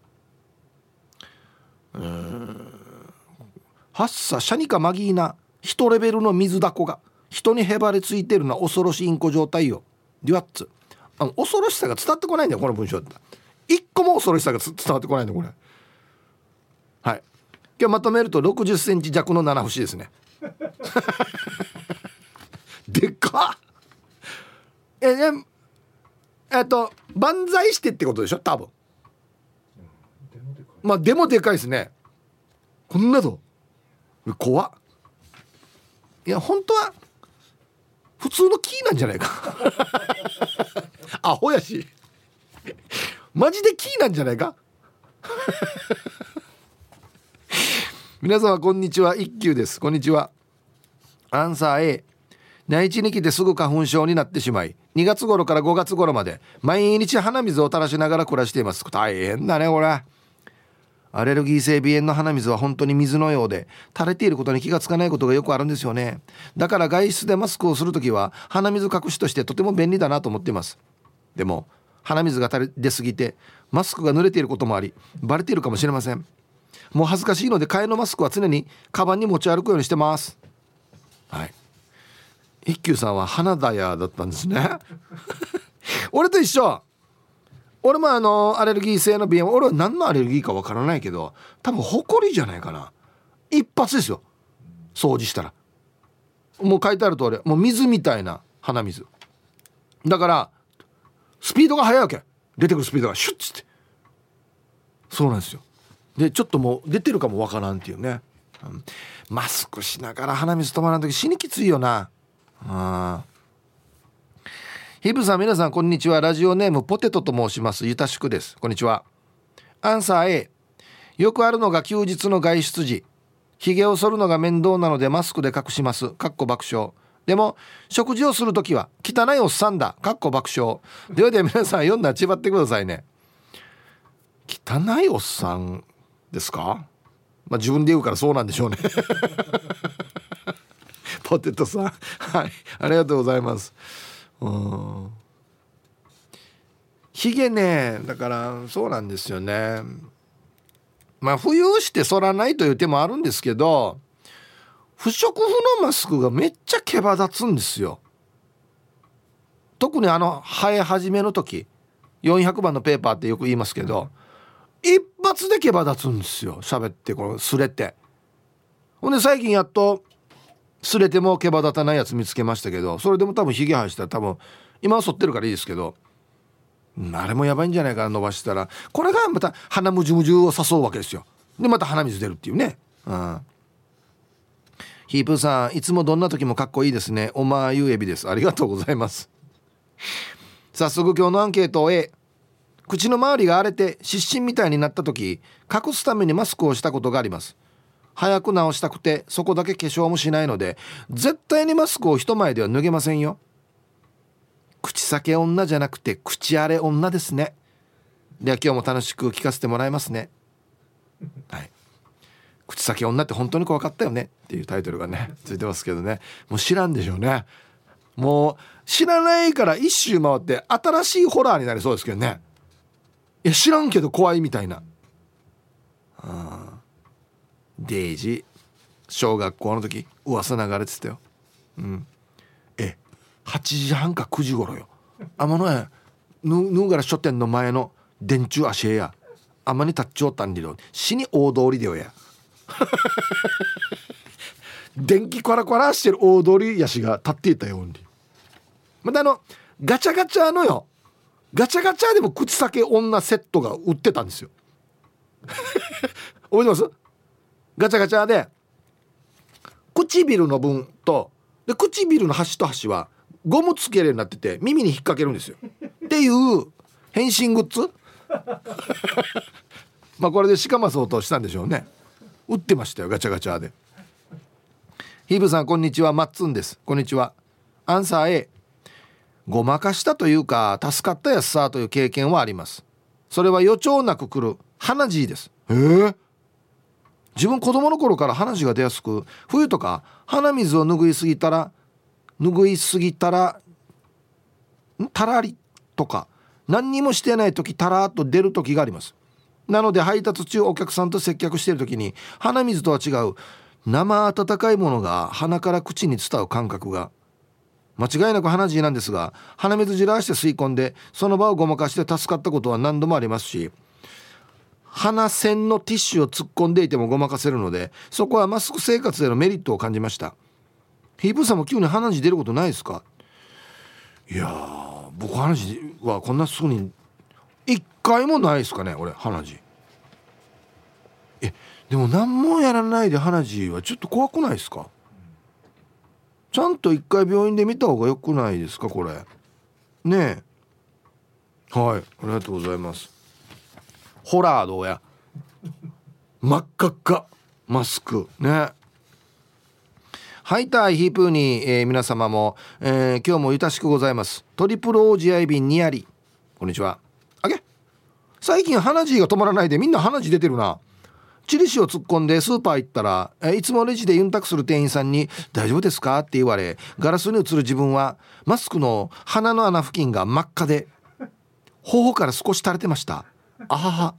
うーんハッサシャニカマギーナ一レベルの水だこが人にへばりついてるのは恐ろしいインコ状態よ。デュワッツあの恐ろしさが伝わってこないんだよこの文章だった。一個も恐ろしさが伝わってこないんだよこれ。はい、今日まとめるとろくじゅっセンチ弱の七節ですねでっかえええっと万歳してってことでしょ多分。まあでもでかいですねこんなの。怖っ。いや本当は普通の木なんじゃないかアホやしマジでキーなんじゃないか皆様こんにちは、一休です。こんにちは。アンサー A、 内地に来てすぐ花粉症になってしまい、にがつ頃からごがつ頃まで毎日鼻水を垂らしながら暮らしています。大変だねこれ。アレルギー性鼻炎の鼻水は本当に水のようで、垂れていることに気がつかないことがよくあるんですよね。だから外出でマスクをするときは鼻水隠しとしてとても便利だなと思っています。でも鼻水が垂れ出すぎてマスクが濡れていることもあり、バレているかもしれません。もう恥ずかしいので替えのマスクは常にカバンに持ち歩くようにしてます。はい、一休さんは鼻だやだったんですね俺と一緒。俺もあのアレルギー性の鼻炎、俺は何のアレルギーかわからないけど、多分ホコリじゃないかな。一発ですよ、掃除したら。もう書いてある通り、もう水みたいな鼻水だから、スピードが速いわけ。出てくるスピードがシュッつって。そうなんですよ。でちょっともう出てるかもわからんっていうね、うん、マスクしながら鼻水止まらん時死にきついよな。あヒブさん、皆さんこんにちは。ラジオネームポテトと申します。ゆたしくです。こんにちは。アンサー A、 よくあるのが休日の外出時、ひげを剃るのが面倒なのでマスクで隠します。かっこ爆笑。でも食事をするときは汚いおっさんだ。かっこ爆笑。ではでは皆さん読んだらちばってくださいね。汚いおっさんですか。まあ自分で言うからそうなんでしょうねポテトさん、はい、ありがとうございます。うん、ヒゲね、だからそうなんですよね。まあ浮遊して剃らないという手もあるんですけど、不織布のマスクがめっちゃ毛羽立つんですよ。特にあの生え始めの時、よんひゃくばんのペーパーってよく言いますけど、一発で毛羽立つんですよ。喋ってこの擦れて、ほんで最近やっと擦れても毛羽立たないやつ見つけましたけど、それでも多分ヒゲ生やしたら多分今は剃ってるからいいですけど、あれもやばいんじゃないかな、伸ばしたら。これがまた鼻むじゅむじゅを誘うわけですよ。でまた鼻水出るっていうね。うん、ヒープーさん、いつもどんな時もかっこいいですね。おまゆえびです。ありがとうございます。早速今日のアンケート A、 口の周りが荒れて湿疹みたいになった時、隠すためにマスクをしたことがあります。早く治したくてそこだけ化粧もしないので、絶対にマスクを人前では脱げませんよ。口裂け女じゃなくて口荒れ女ですね。では今日も楽しく聞かせてもらいますね。はい、口裂け女って本当に怖かったよねっていうタイトルがねついてますけどね。もう知らんでしょうね。もう知らないから一周回って新しいホラーになりそうですけどね。いや知らんけど怖いみたいな。あデイジ小学校の時噂流れてたよ。うん、えはちじはんかくじ頃よ。あまのやぬぬがら書店の前の電柱足やあまに立っちゃったんでろ死に大通りでよや電気コラコラしてる大通りやしが立っていたように。またあのガチャガチャのよ、ガチャガチャでも口裂け女セットが売ってたんですよ覚えてます？ガチャガチャで唇の分とで唇の端と端はゴムつけるようになってて耳に引っ掛けるんですよっていう変身グッズまあこれで鹿マスをしたんでしょうね。売ってましたよガチャガチャで。ヒブさんこんにちは、マッツンです。こんにちは。アンサー A、 ごまかしたというか助かったやつさという経験はあります。それは予兆なく来る鼻血です。えー自分子供の頃から鼻血が出やすく、冬とか鼻水を拭いすぎたら拭いすぎたらたらりとか何にもしてない時たらーっと出る時があります。なので配達中お客さんと接客している時に鼻水とは違う生温かいものが鼻から口に伝う感覚が、間違いなく鼻血なんですが、鼻水じらして吸い込んでその場をごまかして助かったことは何度もありますし、鼻栓のティッシュを突っ込んでいてもごまかせるので、そこはマスク生活でのメリットを感じました。ヒープさんも急に鼻血出ることないですか？いやー僕鼻血はこんなすぐに一回もないですかね。俺鼻血えでも何もやらないで鼻血はちょっと怖くないですか？ちゃんと一回病院で見た方がよくないですかこれね。えはい、ありがとうございます。ホラーどうや真っ赤っかマスクね。ハイターヒープーに、えー、皆様も、えー、今日もゆたしくございます。トリプルオージアイビンニヤリ、こんにちは。あげ最近鼻血が止まらないでみんな鼻血出てるな。チリシを突っ込んでスーパー行ったら、えいつもレジでユンタクする店員さんに大丈夫ですかって言われ、ガラスに映る自分はマスクの鼻の穴付近が真っ赤で頬から少し垂れてました。あはは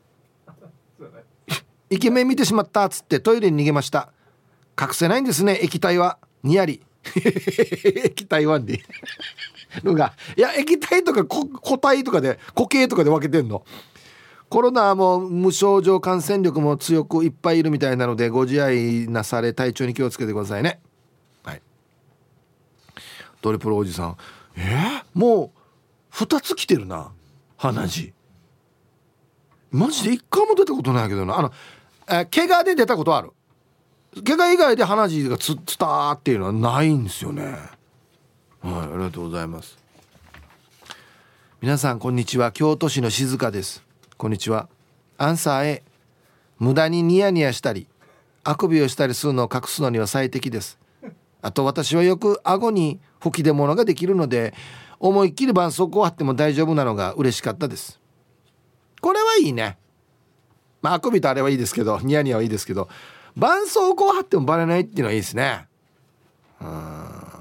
イケメン見てしまったっつってトイレに逃げました。隠せないんですね液体は。にやり液体はねのがいや液体とか固体とかで固形とかで分けてんの。コロナも無症状感染力も強くいっぱいいるみたいなのでご自愛なされ体調に気をつけてくださいね。はい。トリプルおじさん、えー、もうふたつ来てるな鼻血。マジでいっかいも出たことないけどな。あの、えー、怪我で出たことある。怪我以外で鼻血がつつたーっていうのはないんですよね。はい、ありがとうございます。皆さんこんにちは。京都市の静香です。こんにちは。アンサー A、 無駄にニヤニヤしたりあくびをしたりするのを隠すのには最適です。あと私はよく顎に吹き出物ができるので思いっきり絆創膏を貼っても大丈夫なのが嬉しかったです。これはいいね。まああくびとあれはいいですけど、ニヤニヤはいいですけど、絆創膏を貼ってもバレないっていうのはいいですね。うん、はい、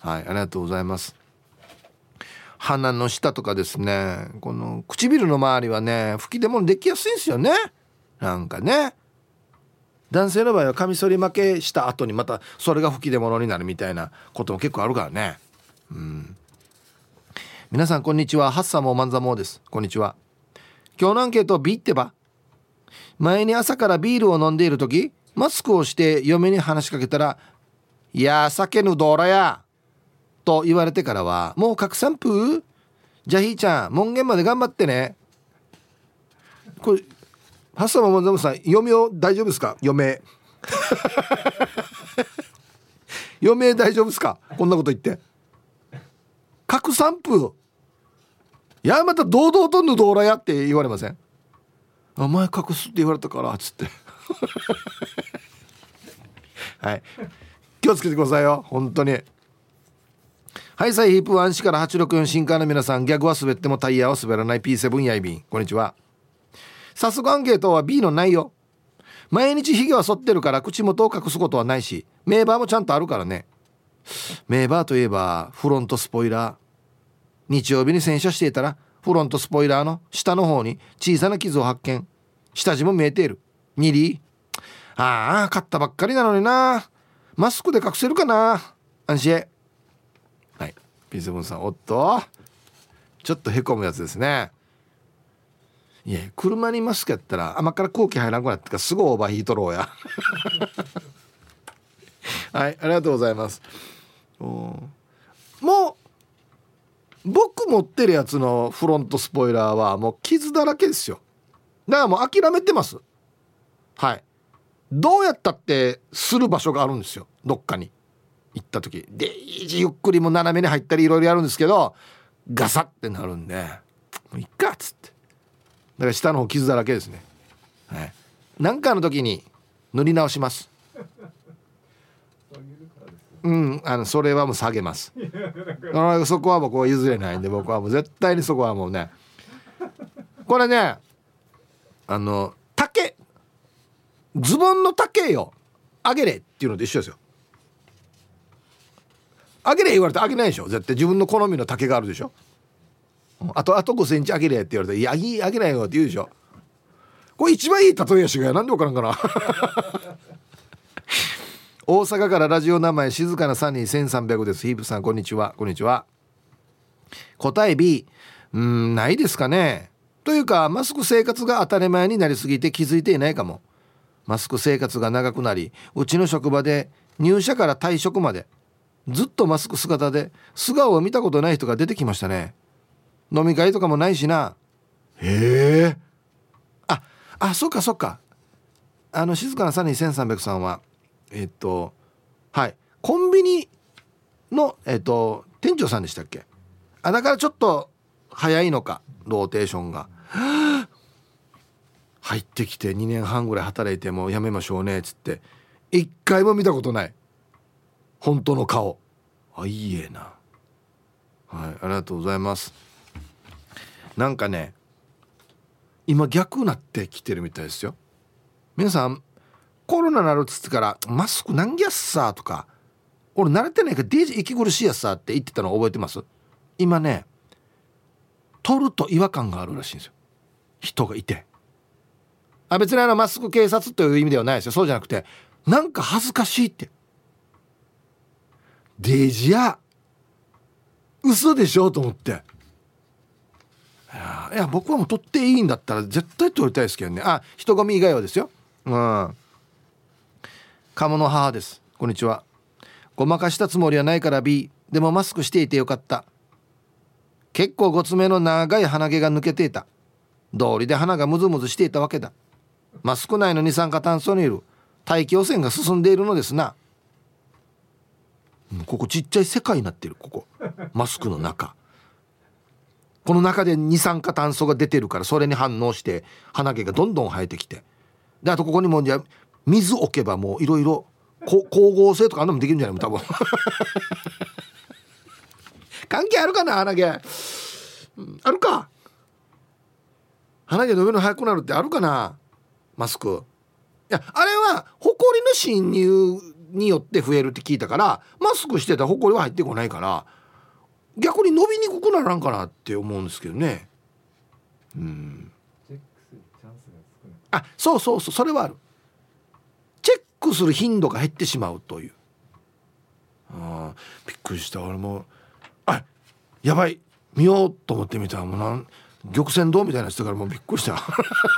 ありがとうございます。鼻の下とかですね、この唇の周りはね吹き出物できやすいんですよね。なんかね、男性の場合はカミソリ負けした後にまたそれが吹き出物になるみたいなことも結構あるからね。うん、皆さんこんにちは。ハッサモーマンザモーです。こんにちは。今日のアンケート B ってば、前に朝からビールを飲んでいる時マスクをして嫁に話しかけたら、いや酒ぬどーらやと言われてからはもう拡散プー、じゃあひーちゃん門限まで頑張ってね。これハッサママザムさん、嫁を大丈夫ですか？嫁嫁大丈夫ですか？こんなこと言って拡散プー、いやまた堂々とぬどーらやって言われません？あ、前隠すって言われたからつってはい、気をつけてくださいよ本当に。はい、サイヒープワンシからはちろくよん進化の皆さん、ギャグは滑ってもタイヤは滑らない ピーセブン やいびん、こんにちは。早速アンケートは B の内容。毎日ヒゲは剃ってるから口元を隠すことはないし、メーバーもちゃんとあるからね。メーバーといえばフロントスポイラー、日曜日に洗車していたらフロントスポイラーの下の方に小さな傷を発見、下地も見えている。にリー、ああ買ったばっかりなのにな、マスクで隠せるかな、安心。はい、ピーセブンさん、おっとちょっとへこむやつですね。いや車にマスクやったら甘から空気入らんくなってからすぐオーバーヒートローやはい、ありがとうございます。もう僕持ってるやつのフロントスポイラーはもう傷だらけですよ。だからもう諦めてます。はい、どうやったってする場所があるんですよ。どっかに行った時でゆっくりも斜めに入ったりいろいろやるんですけど、ガサってなるんでもういっかっつって、だから下の方傷だらけですね。はい、なんかの時に塗り直します。うん、あのそれはもう下げます。そこは僕は譲れないんで、僕はもう絶対にそこはもうね、これね、あの丈、ズボンの丈よ上げれっていうのと一緒ですよ。上げれ言われて上げないでしょ。絶対自分の好みの丈があるでしょ。あとあとごセンチ上げれって言われて、いやいい上げないよって言うでしょ。これ一番いい例えやしがなんでわからんかな大阪からラジオ名前静かなサニーせんさんびゃくです。ヒープさんこんにちは。こんにちは。答え B、 うーんないですかね。というかマスク生活が当たり前になりすぎて気づいていないかも。マスク生活が長くなり、うちの職場で入社から退職までずっとマスク姿で素顔を見たことない人が出てきましたね。飲み会とかもないしな。へえ、ああ、そっかそっか。あの静かなサニーせんさんびゃくさんはえっとはいコンビニのえっと店長さんでしたっけ。あ、だからちょっと早いのかローテーションが入ってきてにねんはんぐらい働いてもうやめましょうねっつって一回も見たことない本当の顔。あ、いいえな。はい、ありがとうございます。なんかね今逆なってきてるみたいですよ。皆さんコロナなるっつってからマスクなんぎゃっさとか俺慣れてないからデージ息苦しいやっさって言ってたの覚えてます？今ね取ると違和感があるらしいんですよ、人がいて。あ、別にあのマスク警察という意味ではないですよ。そうじゃなくてなんか恥ずかしいって。デージや嘘でしょと思って、いや、いや僕はもう取っていいんだったら絶対取りたいですけどね。あ、人混み以外はですよ。うん。鴨の母です。こんにちは。ごまかしたつもりはないから B でもマスクしていてよかった。結構ごつめの長い鼻毛が抜けていた。道理で鼻がムズムズしていたわけだ。マスク内の二酸化炭素にいる大気汚染が進んでいるのですな。ここちっちゃい世界になってる。ここマスクの中、この中で二酸化炭素が出てるからそれに反応して鼻毛がどんどん生えてきて、であとここにもじゃ水置けばもういろいろ光合成とかあんなのもできるんじゃないの多分関係あるかな鼻毛、うん、あるか。鼻毛伸びるの早くなるってあるかなマスク。いやあれはホコリの侵入によって増えるって聞いたから、マスクしてたらホコリは入ってこないから逆に伸びにくくならんかなって思うんですけどね。うん。あ、そうそうそう、それはある。チェックする頻度が減ってしまうという。あ、びっくりした。俺もあやばい見ようと思ってみたらもうなん玉泉堂みたいな人からもうびっくりした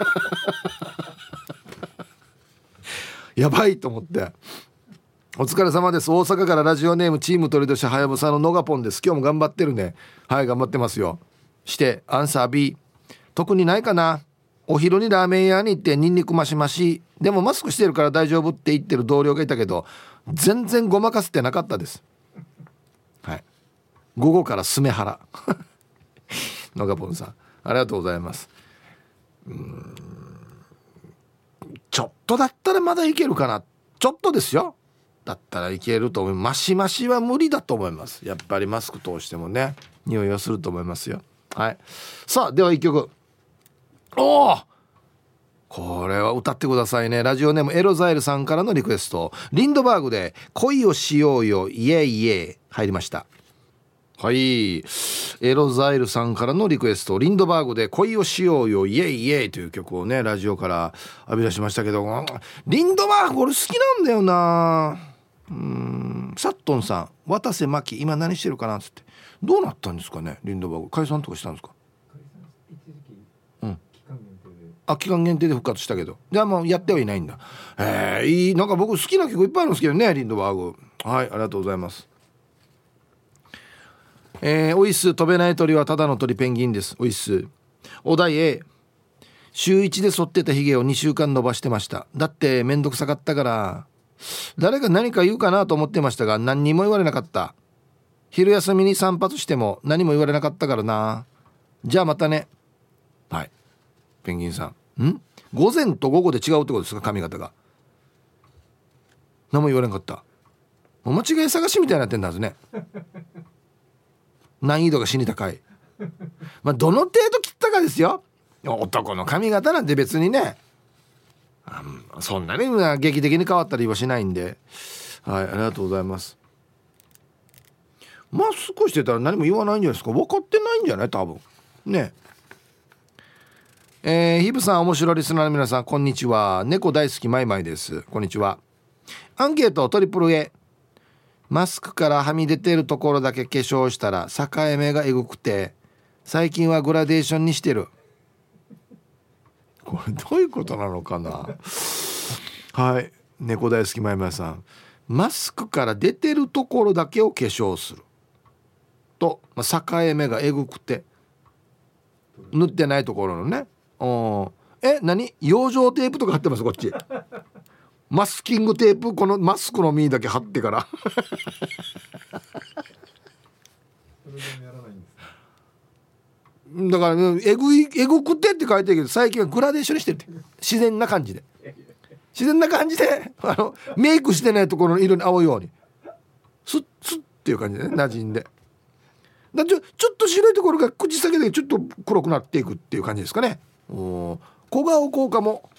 やばいと思って。お疲れ様です。大阪からラジオネームチーム鳥年はやぶさののがぽんです。今日も頑張ってるね。はい、頑張ってますよ。してアンサー B、 特にないかな。お昼にラーメン屋に行ってニンニクマシマシでもマスクしてるから大丈夫って言ってる同僚がいたけど全然ごまかせてなかったです。はい、午後からスメハラのがぽんさんありがとうございます。うーん、ちょっとだったらまだいけるかな。ちょっとですよ。だったらいけると思う。マシマシは無理だと思います。やっぱりマスク通してもね匂いはすると思いますよ。はい、さあではいっきょく。おー、これは歌ってくださいね。ラジオネームエロザイルさんからのリクエスト、リンドバーグで恋をしようよイエイイエイ入りました。はい、エロザイルさんからのリクエスト、リンドバーグで恋をしようよイエイイエイという曲をねラジオから浴び出しましたけど、リンドバーグ俺好きなんだよな。うーん、サットンさん、渡瀬真希今何してるかなっつって、どうなったんですかね。リンドバーグ解散とかしたんですか。うん、あ、期間限定で復活したけどじゃあもうやってはいないんだ。えー、いい、なんか僕好きな曲いっぱいあるんですけどねリンドバーグ。はい、ありがとうございます。えー、おいっす。飛べない鳥はただの鳥ペンギンです。おいっす。お題 A、 週いちで剃ってたヒゲをにしゅうかん伸ばしてました。だってめんどくさかったから。誰が何か言うかなと思ってましたが何にも言われなかった。昼休みに散髪しても何も言われなかったからな。じゃあまたね。はい、ペンギンさん、ん午前と午後で違うってことですか。髪型が何も言われなかった。もう間違い探しみたいになってんだはずね難易度が死に高い。まあどの程度切ったかですよ。男の髪型なんて別にね、うん、そんなに劇的に変わったりはしないんで。はい、ありがとうございます。マスクしてたら何も言わないんじゃないですか。分かってないんじゃない多分ね。えー、ヒブさん、面白いリスナーの皆さんこんにちは。猫大好きマイマイです。こんにちは。アンケートトリプル A、マスクからはみ出てるところだけ化粧したら境目がえぐくて最近はグラデーションにしてる。これどういうことなのかな。はい、猫大好きまいまいさん、マスクから出てるところだけを化粧すると、まあ、境目がえぐくて塗ってないところのね。おえ何養生テープとか貼ってます。こっちマスキングテープ、このマスクの身だけ貼ってからだから、ね、えぐいえぐくてって書いてるけど最近はグラデーションにしてるって自然な感じで自然な感じであのメイクしてないところの色に合うようにスッスッっていう感じで、ね、馴染んでだちょ、ちょっと白いところが口先でちょっと黒くなっていくっていう感じですかね。お小顔効果も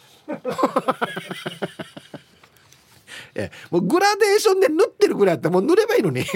えもうグラデーションで塗ってるぐらいだったらもう塗ればいいのに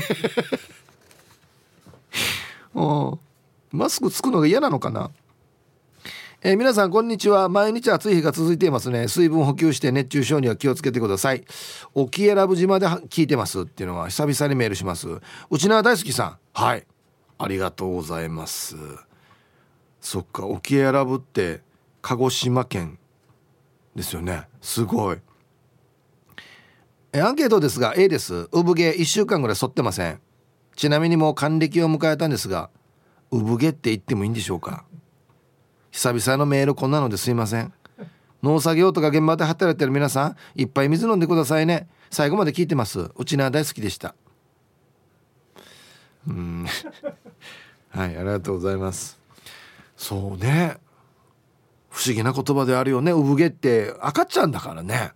おマスクつくのが嫌なのかな。えー、皆さんこんにちは。毎日暑い日が続いていますね。水分補給して熱中症には気をつけてください。沖永良部島で聞いてますっていうのは久々にメールします。内縄大好きさん、はいありがとうございます。そっか沖永良部って鹿児島県ですよね。すごい。えアンケートですが A です。産毛いっしゅうかんぐらい剃ってません。ちなみにもう還暦を迎えたんですが産毛って言ってもいいんでしょうか。久々のメールこんなのですいません。農作業とか現場で働いてる皆さんいっぱい水飲んでくださいね。最後まで聞いてます。うちな大好きでした。うんはいありがとうございます。そうね不思議な言葉であるよね。産毛って赤ちゃんだからね。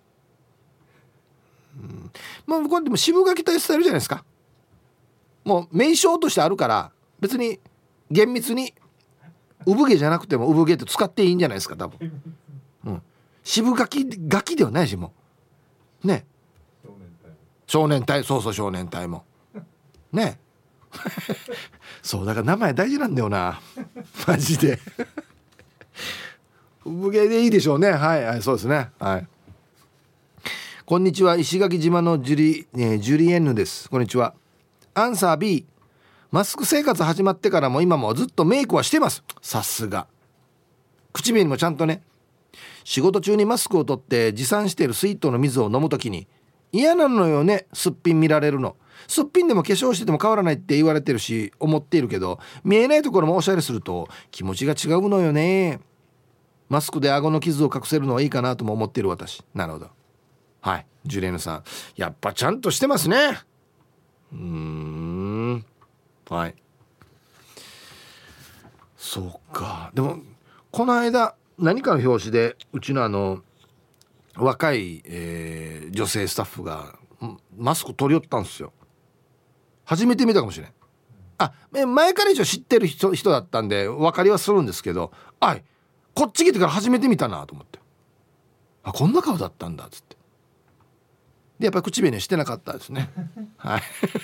うんまあこれでも渋垣隊スタイルじゃないですか。もう名称としてあるから別に厳密に産毛じゃなくても産毛って使っていいんじゃないですか多分、うん、渋垣ガキではないしもうね少年隊そうそう少年隊もねそうだから名前大事なんだよなマジで産毛でいいでしょうね。はい、はい、そうですね。はいこんにちは石垣島のジュリ、えー、ジュリエンヌです。こんにちは。アンサー B。 マスク生活始まってからも今もずっとメイクはしてます。さすが。口紅もちゃんとね。仕事中にマスクを取って持参している水筒の水を飲むときに嫌なのよね。すっぴん見られるの。すっぴんでも化粧してても変わらないって言われてるし思っているけど見えないところもおしゃれすると気持ちが違うのよね。マスクで顎の傷を隠せるのはいいかなとも思っている私。なるほど。はいジュレーヌさんやっぱちゃんとしてますね。うーんはいそうか。でもこの間何かの表紙でうちのあの若い、えー、女性スタッフがマスク取り寄ったんですよ。初めて見たかもしれない。あ前から一応知ってる 人, 人だったんで分かりはするんですけどあいこっち来てから初めて見たなと思ってあこんな顔だったんだっつってでやっぱり口紅してなかったですねはい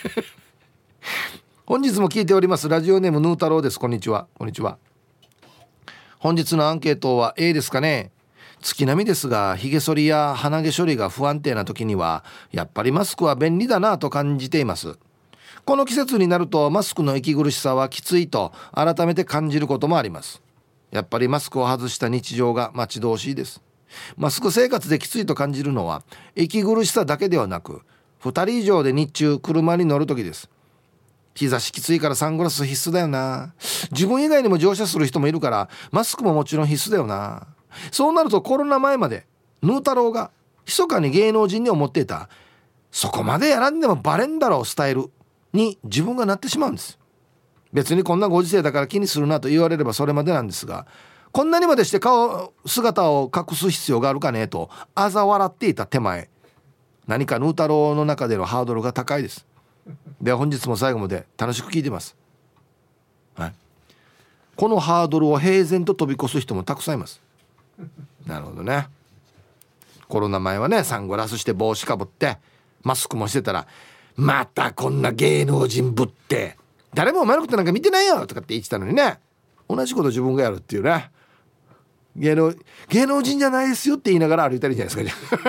本日も聞いておりますラジオネームヌー太郎です。こんにちは。こんにちは。本日のアンケートは A ですかね。月並みですがひげ剃りや鼻毛処理が不安定な時にはやっぱりマスクは便利だなと感じています。この季節になるとマスクの息苦しさはきついと改めて感じることもあります。やっぱりマスクを外した日常が待ち遠しいです。マスク生活できついと感じるのは息苦しさだけではなくふたり以上で日中車に乗る時です。日差しきついからサングラス必須だよな。自分以外にも乗車する人もいるからマスクももちろん必須だよな。そうなるとコロナ前までヌー太郎が密かに芸能人に思っていたそこまでやらんでもバレんだろうスタイルに自分がなってしまうんです。別にこんなご時世だから気にするなと言われればそれまでなんですがこんなにまでして顔姿を隠す必要があるかねと嘲笑っていた手前何かヌー太郎の中でのハードルが高いです。では本日も最後まで楽しく聞いてます、はい、このハードルを平然と飛び越す人もたくさんいます。なるほどね。コロナ前はねサングラスして帽子かぶってマスクもしてたらまたこんな芸能人ぶって誰もお前のことなんか見てないよとかって言ってたのにね同じこと自分がやるっていうね芸能芸能人じゃないですよって言いながら歩いたりじゃないですか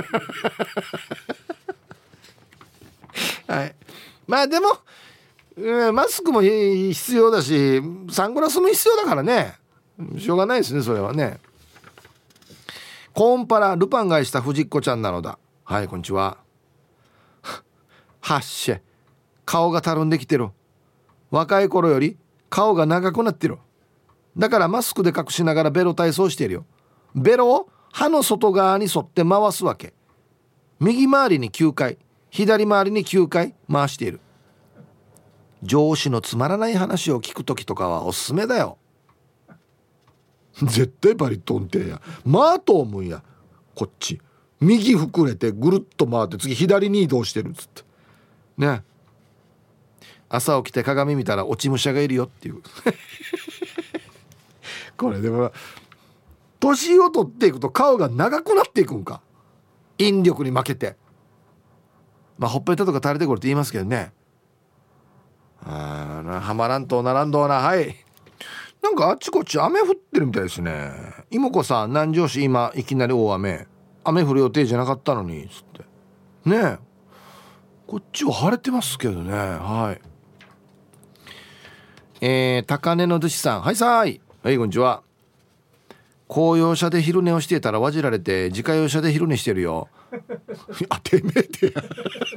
はいまあでも、うん、マスクも必要だしサングラスも必要だからねしょうがないですねそれはね。コーンパラルパン買いした藤子ちゃんなのだ。はいこんにちは。はっしゃ顔がたるんできてる。若い頃より顔が長くなってる。だからマスクで隠しながらベロ体操しているよ。ベロを歯の外側に沿って回すわけ。右回りにきゅうかい左回りにきゅうかい回している。上司のつまらない話を聞くときとかはおすすめだよ。 絶対バリトンってやまあと思うんや。こっち右膨れてぐるっと回って次左に移動してるっつってね。朝起きて鏡見たら落ち武者がいるよっていうこれでも年を取っていくと顔が長くなっていくんか、引力に負けて。まあほっぺたとか垂れてくるって言いますけどね。あーはまらんとならんどうな。はい、なんかあっちこっち雨降ってるみたいですね。妹子さん南城市今いきなり大雨、雨降る予定じゃなかったのにつってねえ、こっちは晴れてますけどね。はい、えー、高根の寿司さん、はいさーい、はいこんにちは。公用車で昼寝をしていたらわじられて自家用車で昼寝してるよあ、てめえてや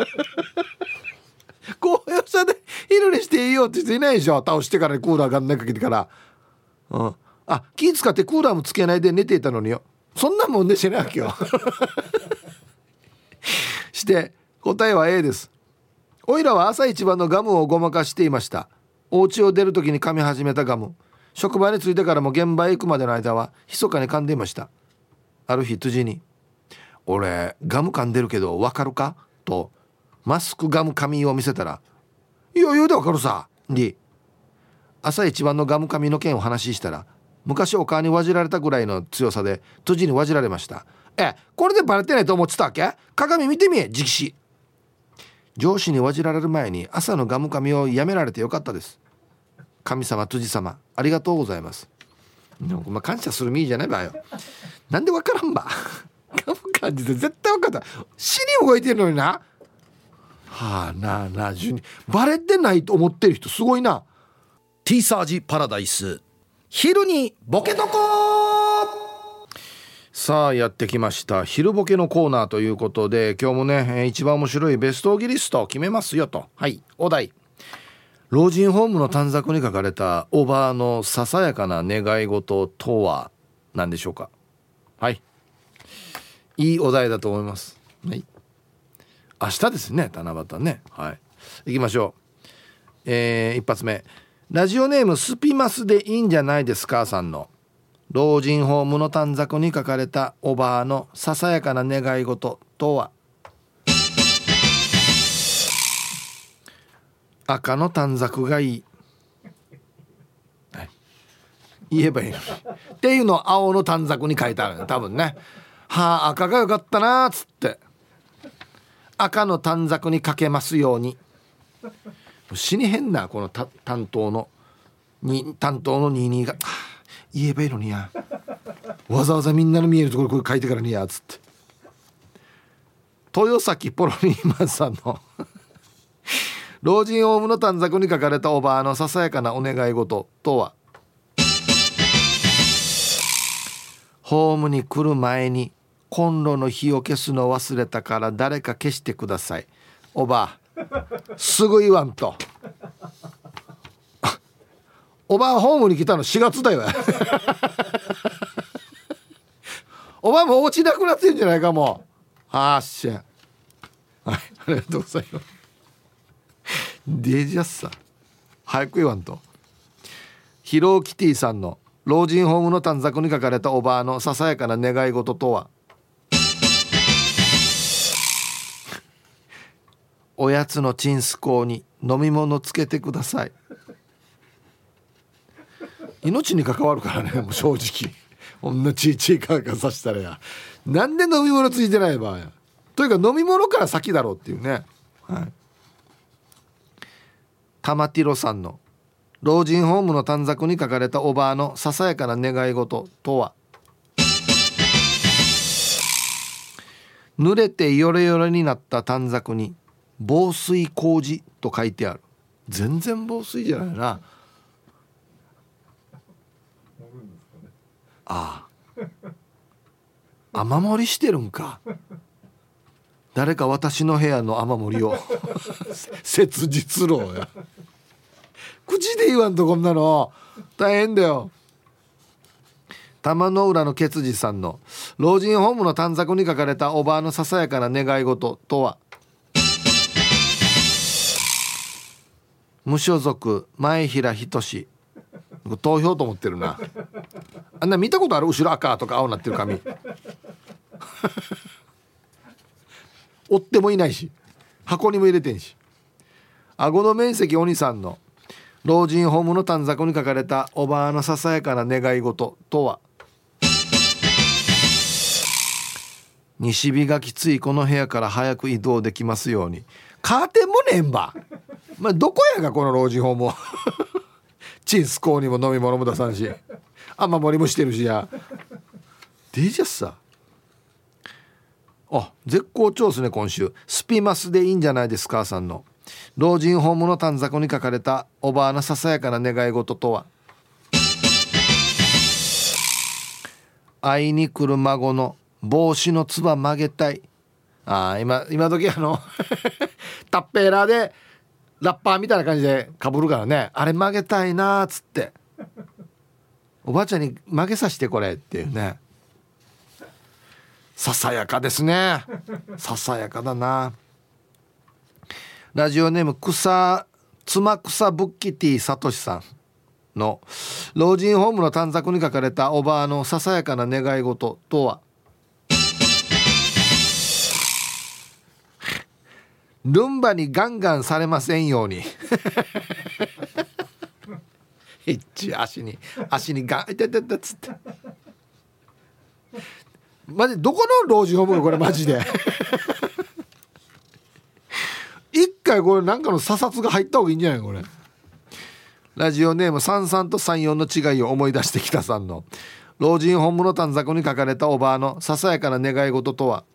公用車で昼寝していいよって人いないでしょ。倒してからクーラーがんなかけてから、うん、あ、気使ってクーラーもつけないで寝ていたのによ。そんなもんねしないわけよして答えは A です。おいらは朝一番のガムをごまかしていました。お家を出るときに噛み始めたガム、職場に着いてからも現場へ行くまでの間は密かに噛んでいました。ある日辻に、俺ガム噛んでるけどわかるかとマスクガム紙を見せたら、余裕でわかるさに、朝一番のガム紙の件を話したら、昔お母にわじられたぐらいの強さで辻にわじられました。え、これでバレてないと思ってたわけ？鏡見てみえ直視。上司にわじられる前に朝のガム紙をやめられてよかったです。神様辻様ありがとうございます。まあ、感謝する身じゃないばよ。なんでわからんばガム感じで絶対わかった。死に動いてるのにな。はあ、なあなあ、順にバレてないと思ってる人すごいな。 T サージパラダイス昼にボケとこ。 さあやってきました昼ボケのコーナーということで、今日もね一番面白いベストオギリストを決めますよと。はい、お題、老人ホームの短冊に書かれたおばあのささやかな願い事とは何でしょうか。はい、いいお題だと思います。はい、明日ですね、七夕ね。はい、行きましょう。えー、一発目、ラジオネームスピマスでいいんじゃないですかさんの老人ホームの短冊に書かれたおばあのささやかな願い事とは。赤の短冊がいい、はい、言えばいいのにっていうのを青の短冊に書いてある多分ね。はあ、赤が良かったなーっつって赤の短冊に書けますように。死に変なこのた担当のに担当のにじゅうにが、はあ、言えばいいのにや、わざわざみんなの見えるところこれ書いてからにやっつって。豊崎ポロニーマンさんの老人ホームの短冊に書かれたおばあのささやかなお願い事とは。ホームに来る前にコンロの火を消すの忘れたから誰か消してください。おばあすぐ言わんとおばあホームに来たのしがつだよおばあもう落ちなくなってるんじゃないかもう。はーっしゃ、はい、ありがとうございます。デジャスさ早く言わんと。ヒローキティさんの老人ホームの短冊に書かれたおばあのささやかな願い事とは。おやつのチンスコーに飲み物つけてください。命に関わるからね、もう正直こんなちいちいかかさせたらや、なんで飲み物ついてない場合や、というか飲み物から先だろうっていうね。はい、玉ティロさんの老人ホームの短冊に書かれたおばあのささやかな願い事とは。濡れてヨレヨレになった短冊に防水麹と書いてある。全然防水じゃないな。ああ、雨漏りしてるんか。誰か私の部屋の雨漏りを切実論や。口で言わんとこんなの大変だよ。玉の浦のケツジさんの老人ホームの短冊に書かれたおばあのささやかな願い事とは。無所属前平仁、投票と思ってるな。 あんな見たことある？後ろ赤とか青なってる髪折ってもいないし箱にも入れてんし。顎の面積お兄さんの老人ホームの短冊に書かれたおばあのささやかな願い事とは、西日がきついこの部屋から早く移動できますように。カーテンもねえんば、まあ、どこやがこの老人ホームはチンスコーにも飲み物も出さんし雨漏りもしてるしやデージャスさ。あ、絶好調ですね今週。スピマスでいいんじゃないですかさんの老人ホームの短冊に書かれたおばあのささやかな願い事とは、会いに来る孫の帽子のつば曲げたい。あ、今今時あのタッペーラーでラッパーみたいな感じでかぶるからね、あれ曲げたいなーっつっておばあちゃんに曲げさせてこれっていうね。ささやかですね。ささやかだな。ラジオネーム草つまくさぶっきティさとしさんの老人ホームの短冊に書かれたおばあのささやかな願い事とは、ルンバにガンガンされませんように一足に足にガンいてててつってマジどこの老人ホームこれマジで一回これなんかの査察が入った方がいいんじゃないこれ。ラジオネームさんさんとさんよんの違いを思い出してきたさんの老人ホームの短冊に書かれたおばあのささやかな願い事とは、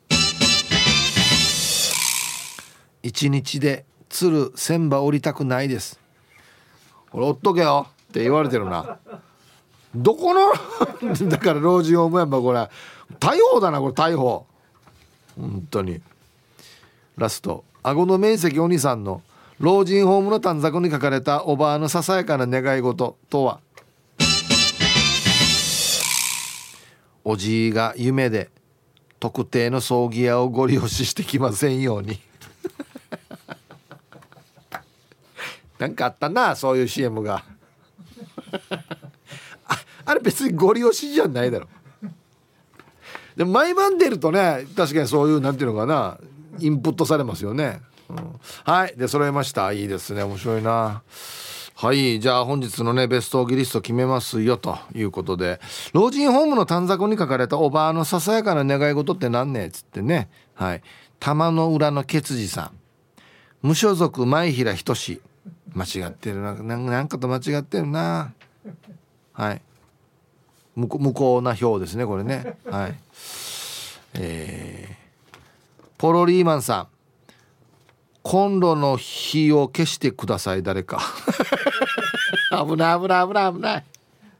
一日で鶴千羽降りたくないです。これおっとけよって言われてるな。どこのだから老人ホームやんばこれ。大砲だなこれ、大砲本当に。ラスト、顎の面積お兄さんの老人ホームの短冊に書かれたおばあのささやかな願い事とは、おじいが夢で特定の葬儀屋をご利用ししてきませんようになんかあったなそういう シーエム があ, あれ別にご利用しじゃないだろ。でも毎晩出るとね、確かにそういうなんていうのかな、インプットされますよね、うん、はいで揃えました。いいですね、面白いな。はい、じゃあ本日のねベストオギリスト決めますよということで、老人ホームの短冊に書かれたおばあのささやかな願い事って何ねっつってね、はい、玉の裏のケツジさん、無所属前平仁志、間違ってるな、なんかと間違ってるな。はい、無効な表ですねこれね。はい、えー、ポロリーマンさん、コンロの火を消してください誰か危ない危ない危ない危ない、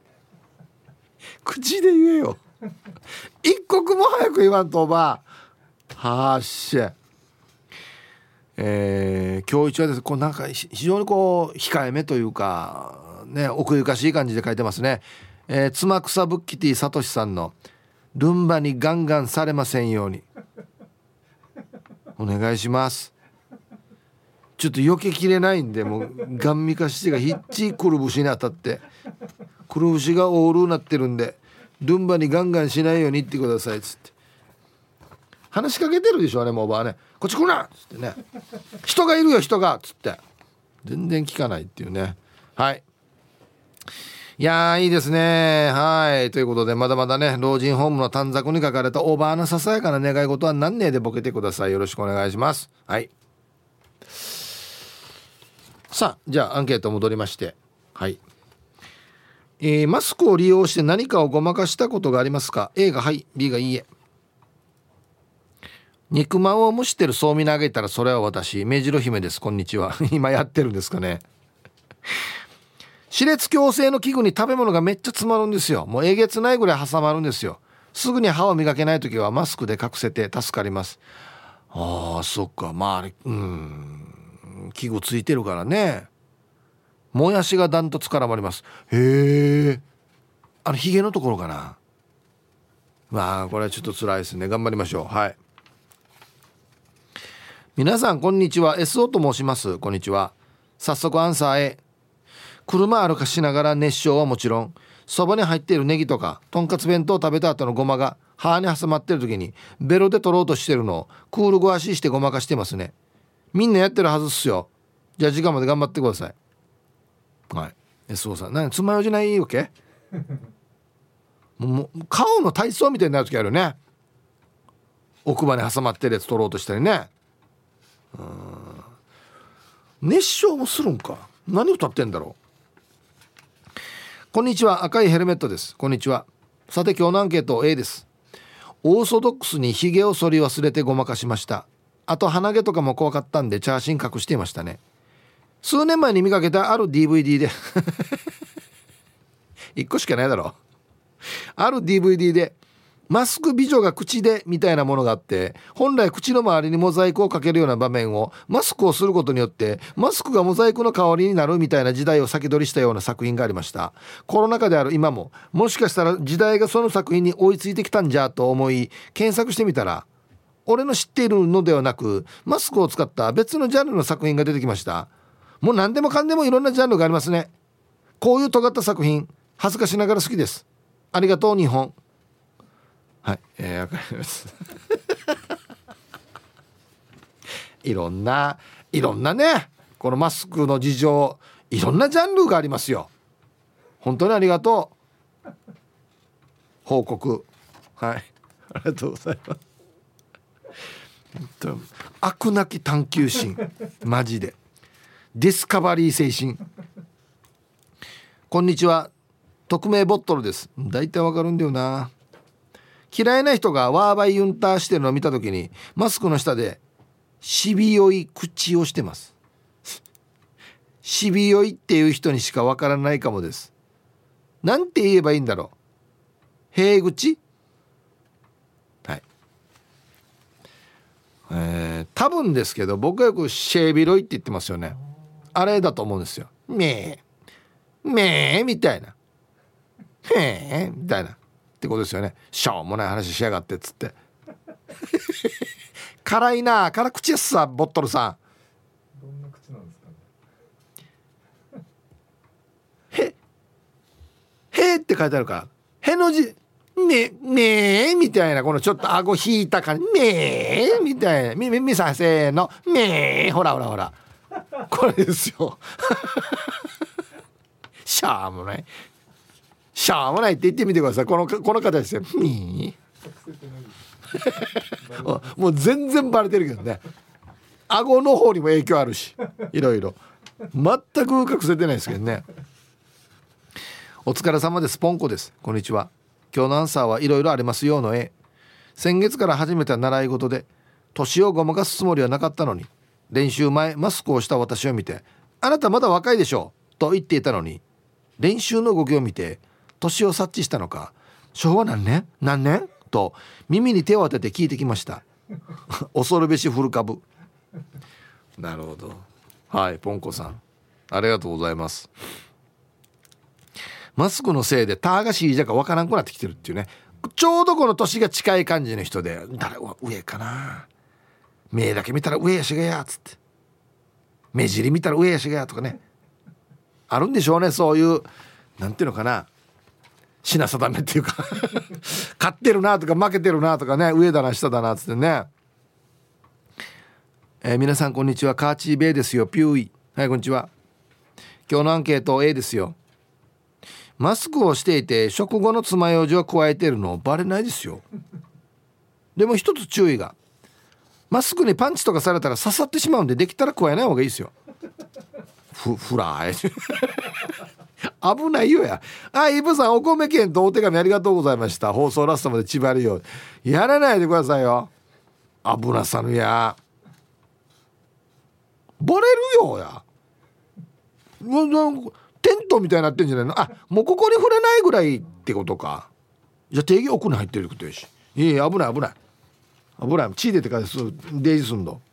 口で言えよ一刻も早く言わんとおばあ。はっしゃ、えー、今日一はです。こうなんか非常にこう控えめというかね、奥ゆかしい感じで書いてますね。えー、つまくさぶっきティさとしさんのルンバにガンガンされませんようにお願いします。ちょっと避けきれないんで、もうガンミカシがヒッチくるぶしに当たってくるぶしがオールになってるんで、ルンバにガンガンしないように言ってくださいっつって話しかけてるでしょあれもおばあね。こっち来るなっつってね、人がいるよ人がっつって全然聞かないっていうね。はい、いやーいいですね。はい、ということでまだまだね老人ホームの短冊に書かれたおばあのささやかな願い事は何ねでボケてください。よろしくお願いします。はい、さあじゃあアンケート戻りまして、はい、えー、マスクを利用して何かをごまかしたことがありますか？ A がはい、 B がいいえ。肉まんを蒸してるそうみなげたらそれは私、目白姫です。こんにちは今やってるんですかね。歯列矯正の器具に食べ物がめっちゃ詰まるんですよ。もうえげつないぐらい挟まるんですよ。すぐに歯を磨けないときはマスクで隠せて助かります。あーそっか、まああれうん器具ついてるからね。もやしがダントツ絡まります。へえ、あのヒゲのところかな。まあこれはちょっと辛いですね。頑張りましょう。はい、皆さんこんにちは、 エスオー と申します。こんにちは。早速アンサー A。 車歩かしながら熱唱はもちろんそばに入っているネギとかとんかつ弁当を食べた後のごまが歯に挟まってる時にベロで取ろうとしてるのをクールご足してごまかしてますね。みんなやってるはずっすよ。じゃあ時間まで頑張ってください。はい。えそうさ何つまようじないわけもう顔の体操みたいになる時あるね。奥歯に挟まってるやつ取ろうとしたりね。うーん熱唱もするんか。何歌ってんだろう。こんにちは、赤いヘルメットです。こんにちは。さて今日のアンケート A です。オーソドックスにヒゲを剃り忘れてごまかしました。あと鼻毛とかも怖かったんでチャーシン隠していましたね。数年前に見かけたある ディーブイディー でいっこしかないだろ。ある ディーブイディー でマスク美女が口でみたいなものがあって、本来口の周りにモザイクをかけるような場面をマスクをすることによってマスクがモザイクの代わりになるみたいな時代を先取りしたような作品がありました。コロナ禍である今ももしかしたら時代がその作品に追いついてきたんじゃと思い検索してみたら、俺の知っているのではなくマスクを使った別のジャンルの作品が出てきました。もう何でもかんでもいろんなジャンルがありますね。こういう尖った作品恥ずかしながら好きです。ありがとう日本。はい、えー、わかりますいろんないろんなね、このマスクの事情いろんなジャンルがありますよ。本当にありがとう。報告はい、ありがとうございます。飽くなき探求心マジでディスカバリー精神。こんにちは、匿名ボットルです。大体わかるんだよな。嫌いな人がワーバイユンターしてるのを見たときにマスクの下でしびよい口をしてます。しびよいっていう人にしかわからないかもです。なんて言えばいいんだろう。平口、はい、えー、多分ですけど僕はよくシェービロイって言ってますよね。あれだと思うんですよ。めーめーみたいな、へーみたいなってことですよね。しょうもない話しやがってっつって辛いな、辛口やすさ。ボットルさんどんな口なんですかね。へへって書いてあるからへの字ねねえみたいな、このちょっと顎引いた感じ、ねえみたいな、みみみさせーのねえ、ほらほらほらこれですよしゃーもないしゃーもないって言ってみてください。このこの方ですよ。にもう全然バレてるけどね。顎の方にも影響あるし、いろいろ全く隠せてないですけどね。お疲れ様です。ポンコです。こんにちは。今日のアンサーはいろいろありますよの A。 先月から始めた習い事で年をごまかすつもりはなかったのに、練習前マスクをした私を見て、あなたまだ若いでしょと言っていたのに、練習の動きを見て年を察知したのか、昭和何年何年と耳に手を当てて聞いてきました恐るべし古株。なるほど。はい、ポンコさんありがとうございます。マスクのせいでターがしいじゃかわからんくなってきてるっていうね。ちょうどこの年が近い感じの人で、誰上かな、目だけ見たら上やしがやつって、目尻見たら上やしがやとかね、あるんでしょうね。そういうなんていうのかな、品定めっていうか勝ってるなとか負けてるなとかね、上だな下だなっつってね。えー、皆さんこんにちは、カーチーベイですよ。ピューイ。はい、こんにちは。今日のアンケート A ですよ。マスクをしていて食後の爪楊枝を加えているのバレないですよ。でも一つ注意が、マスクにパンチとかされたら刺さってしまうんで、できたら加えない方がいいですよ。ふフライ危ないよや。あ、イブさんお米券とお手紙ありがとうございました。放送ラストまで縛るよ、やらないでくださいよ。危なさぬや、バレるよや。テントみたいになってんじゃないの。あ、もうここに触れないぐらいってことか。じゃあ定義奥に入ってるってことやし、いや危ない危ない危ない、血出てからすデージすんの。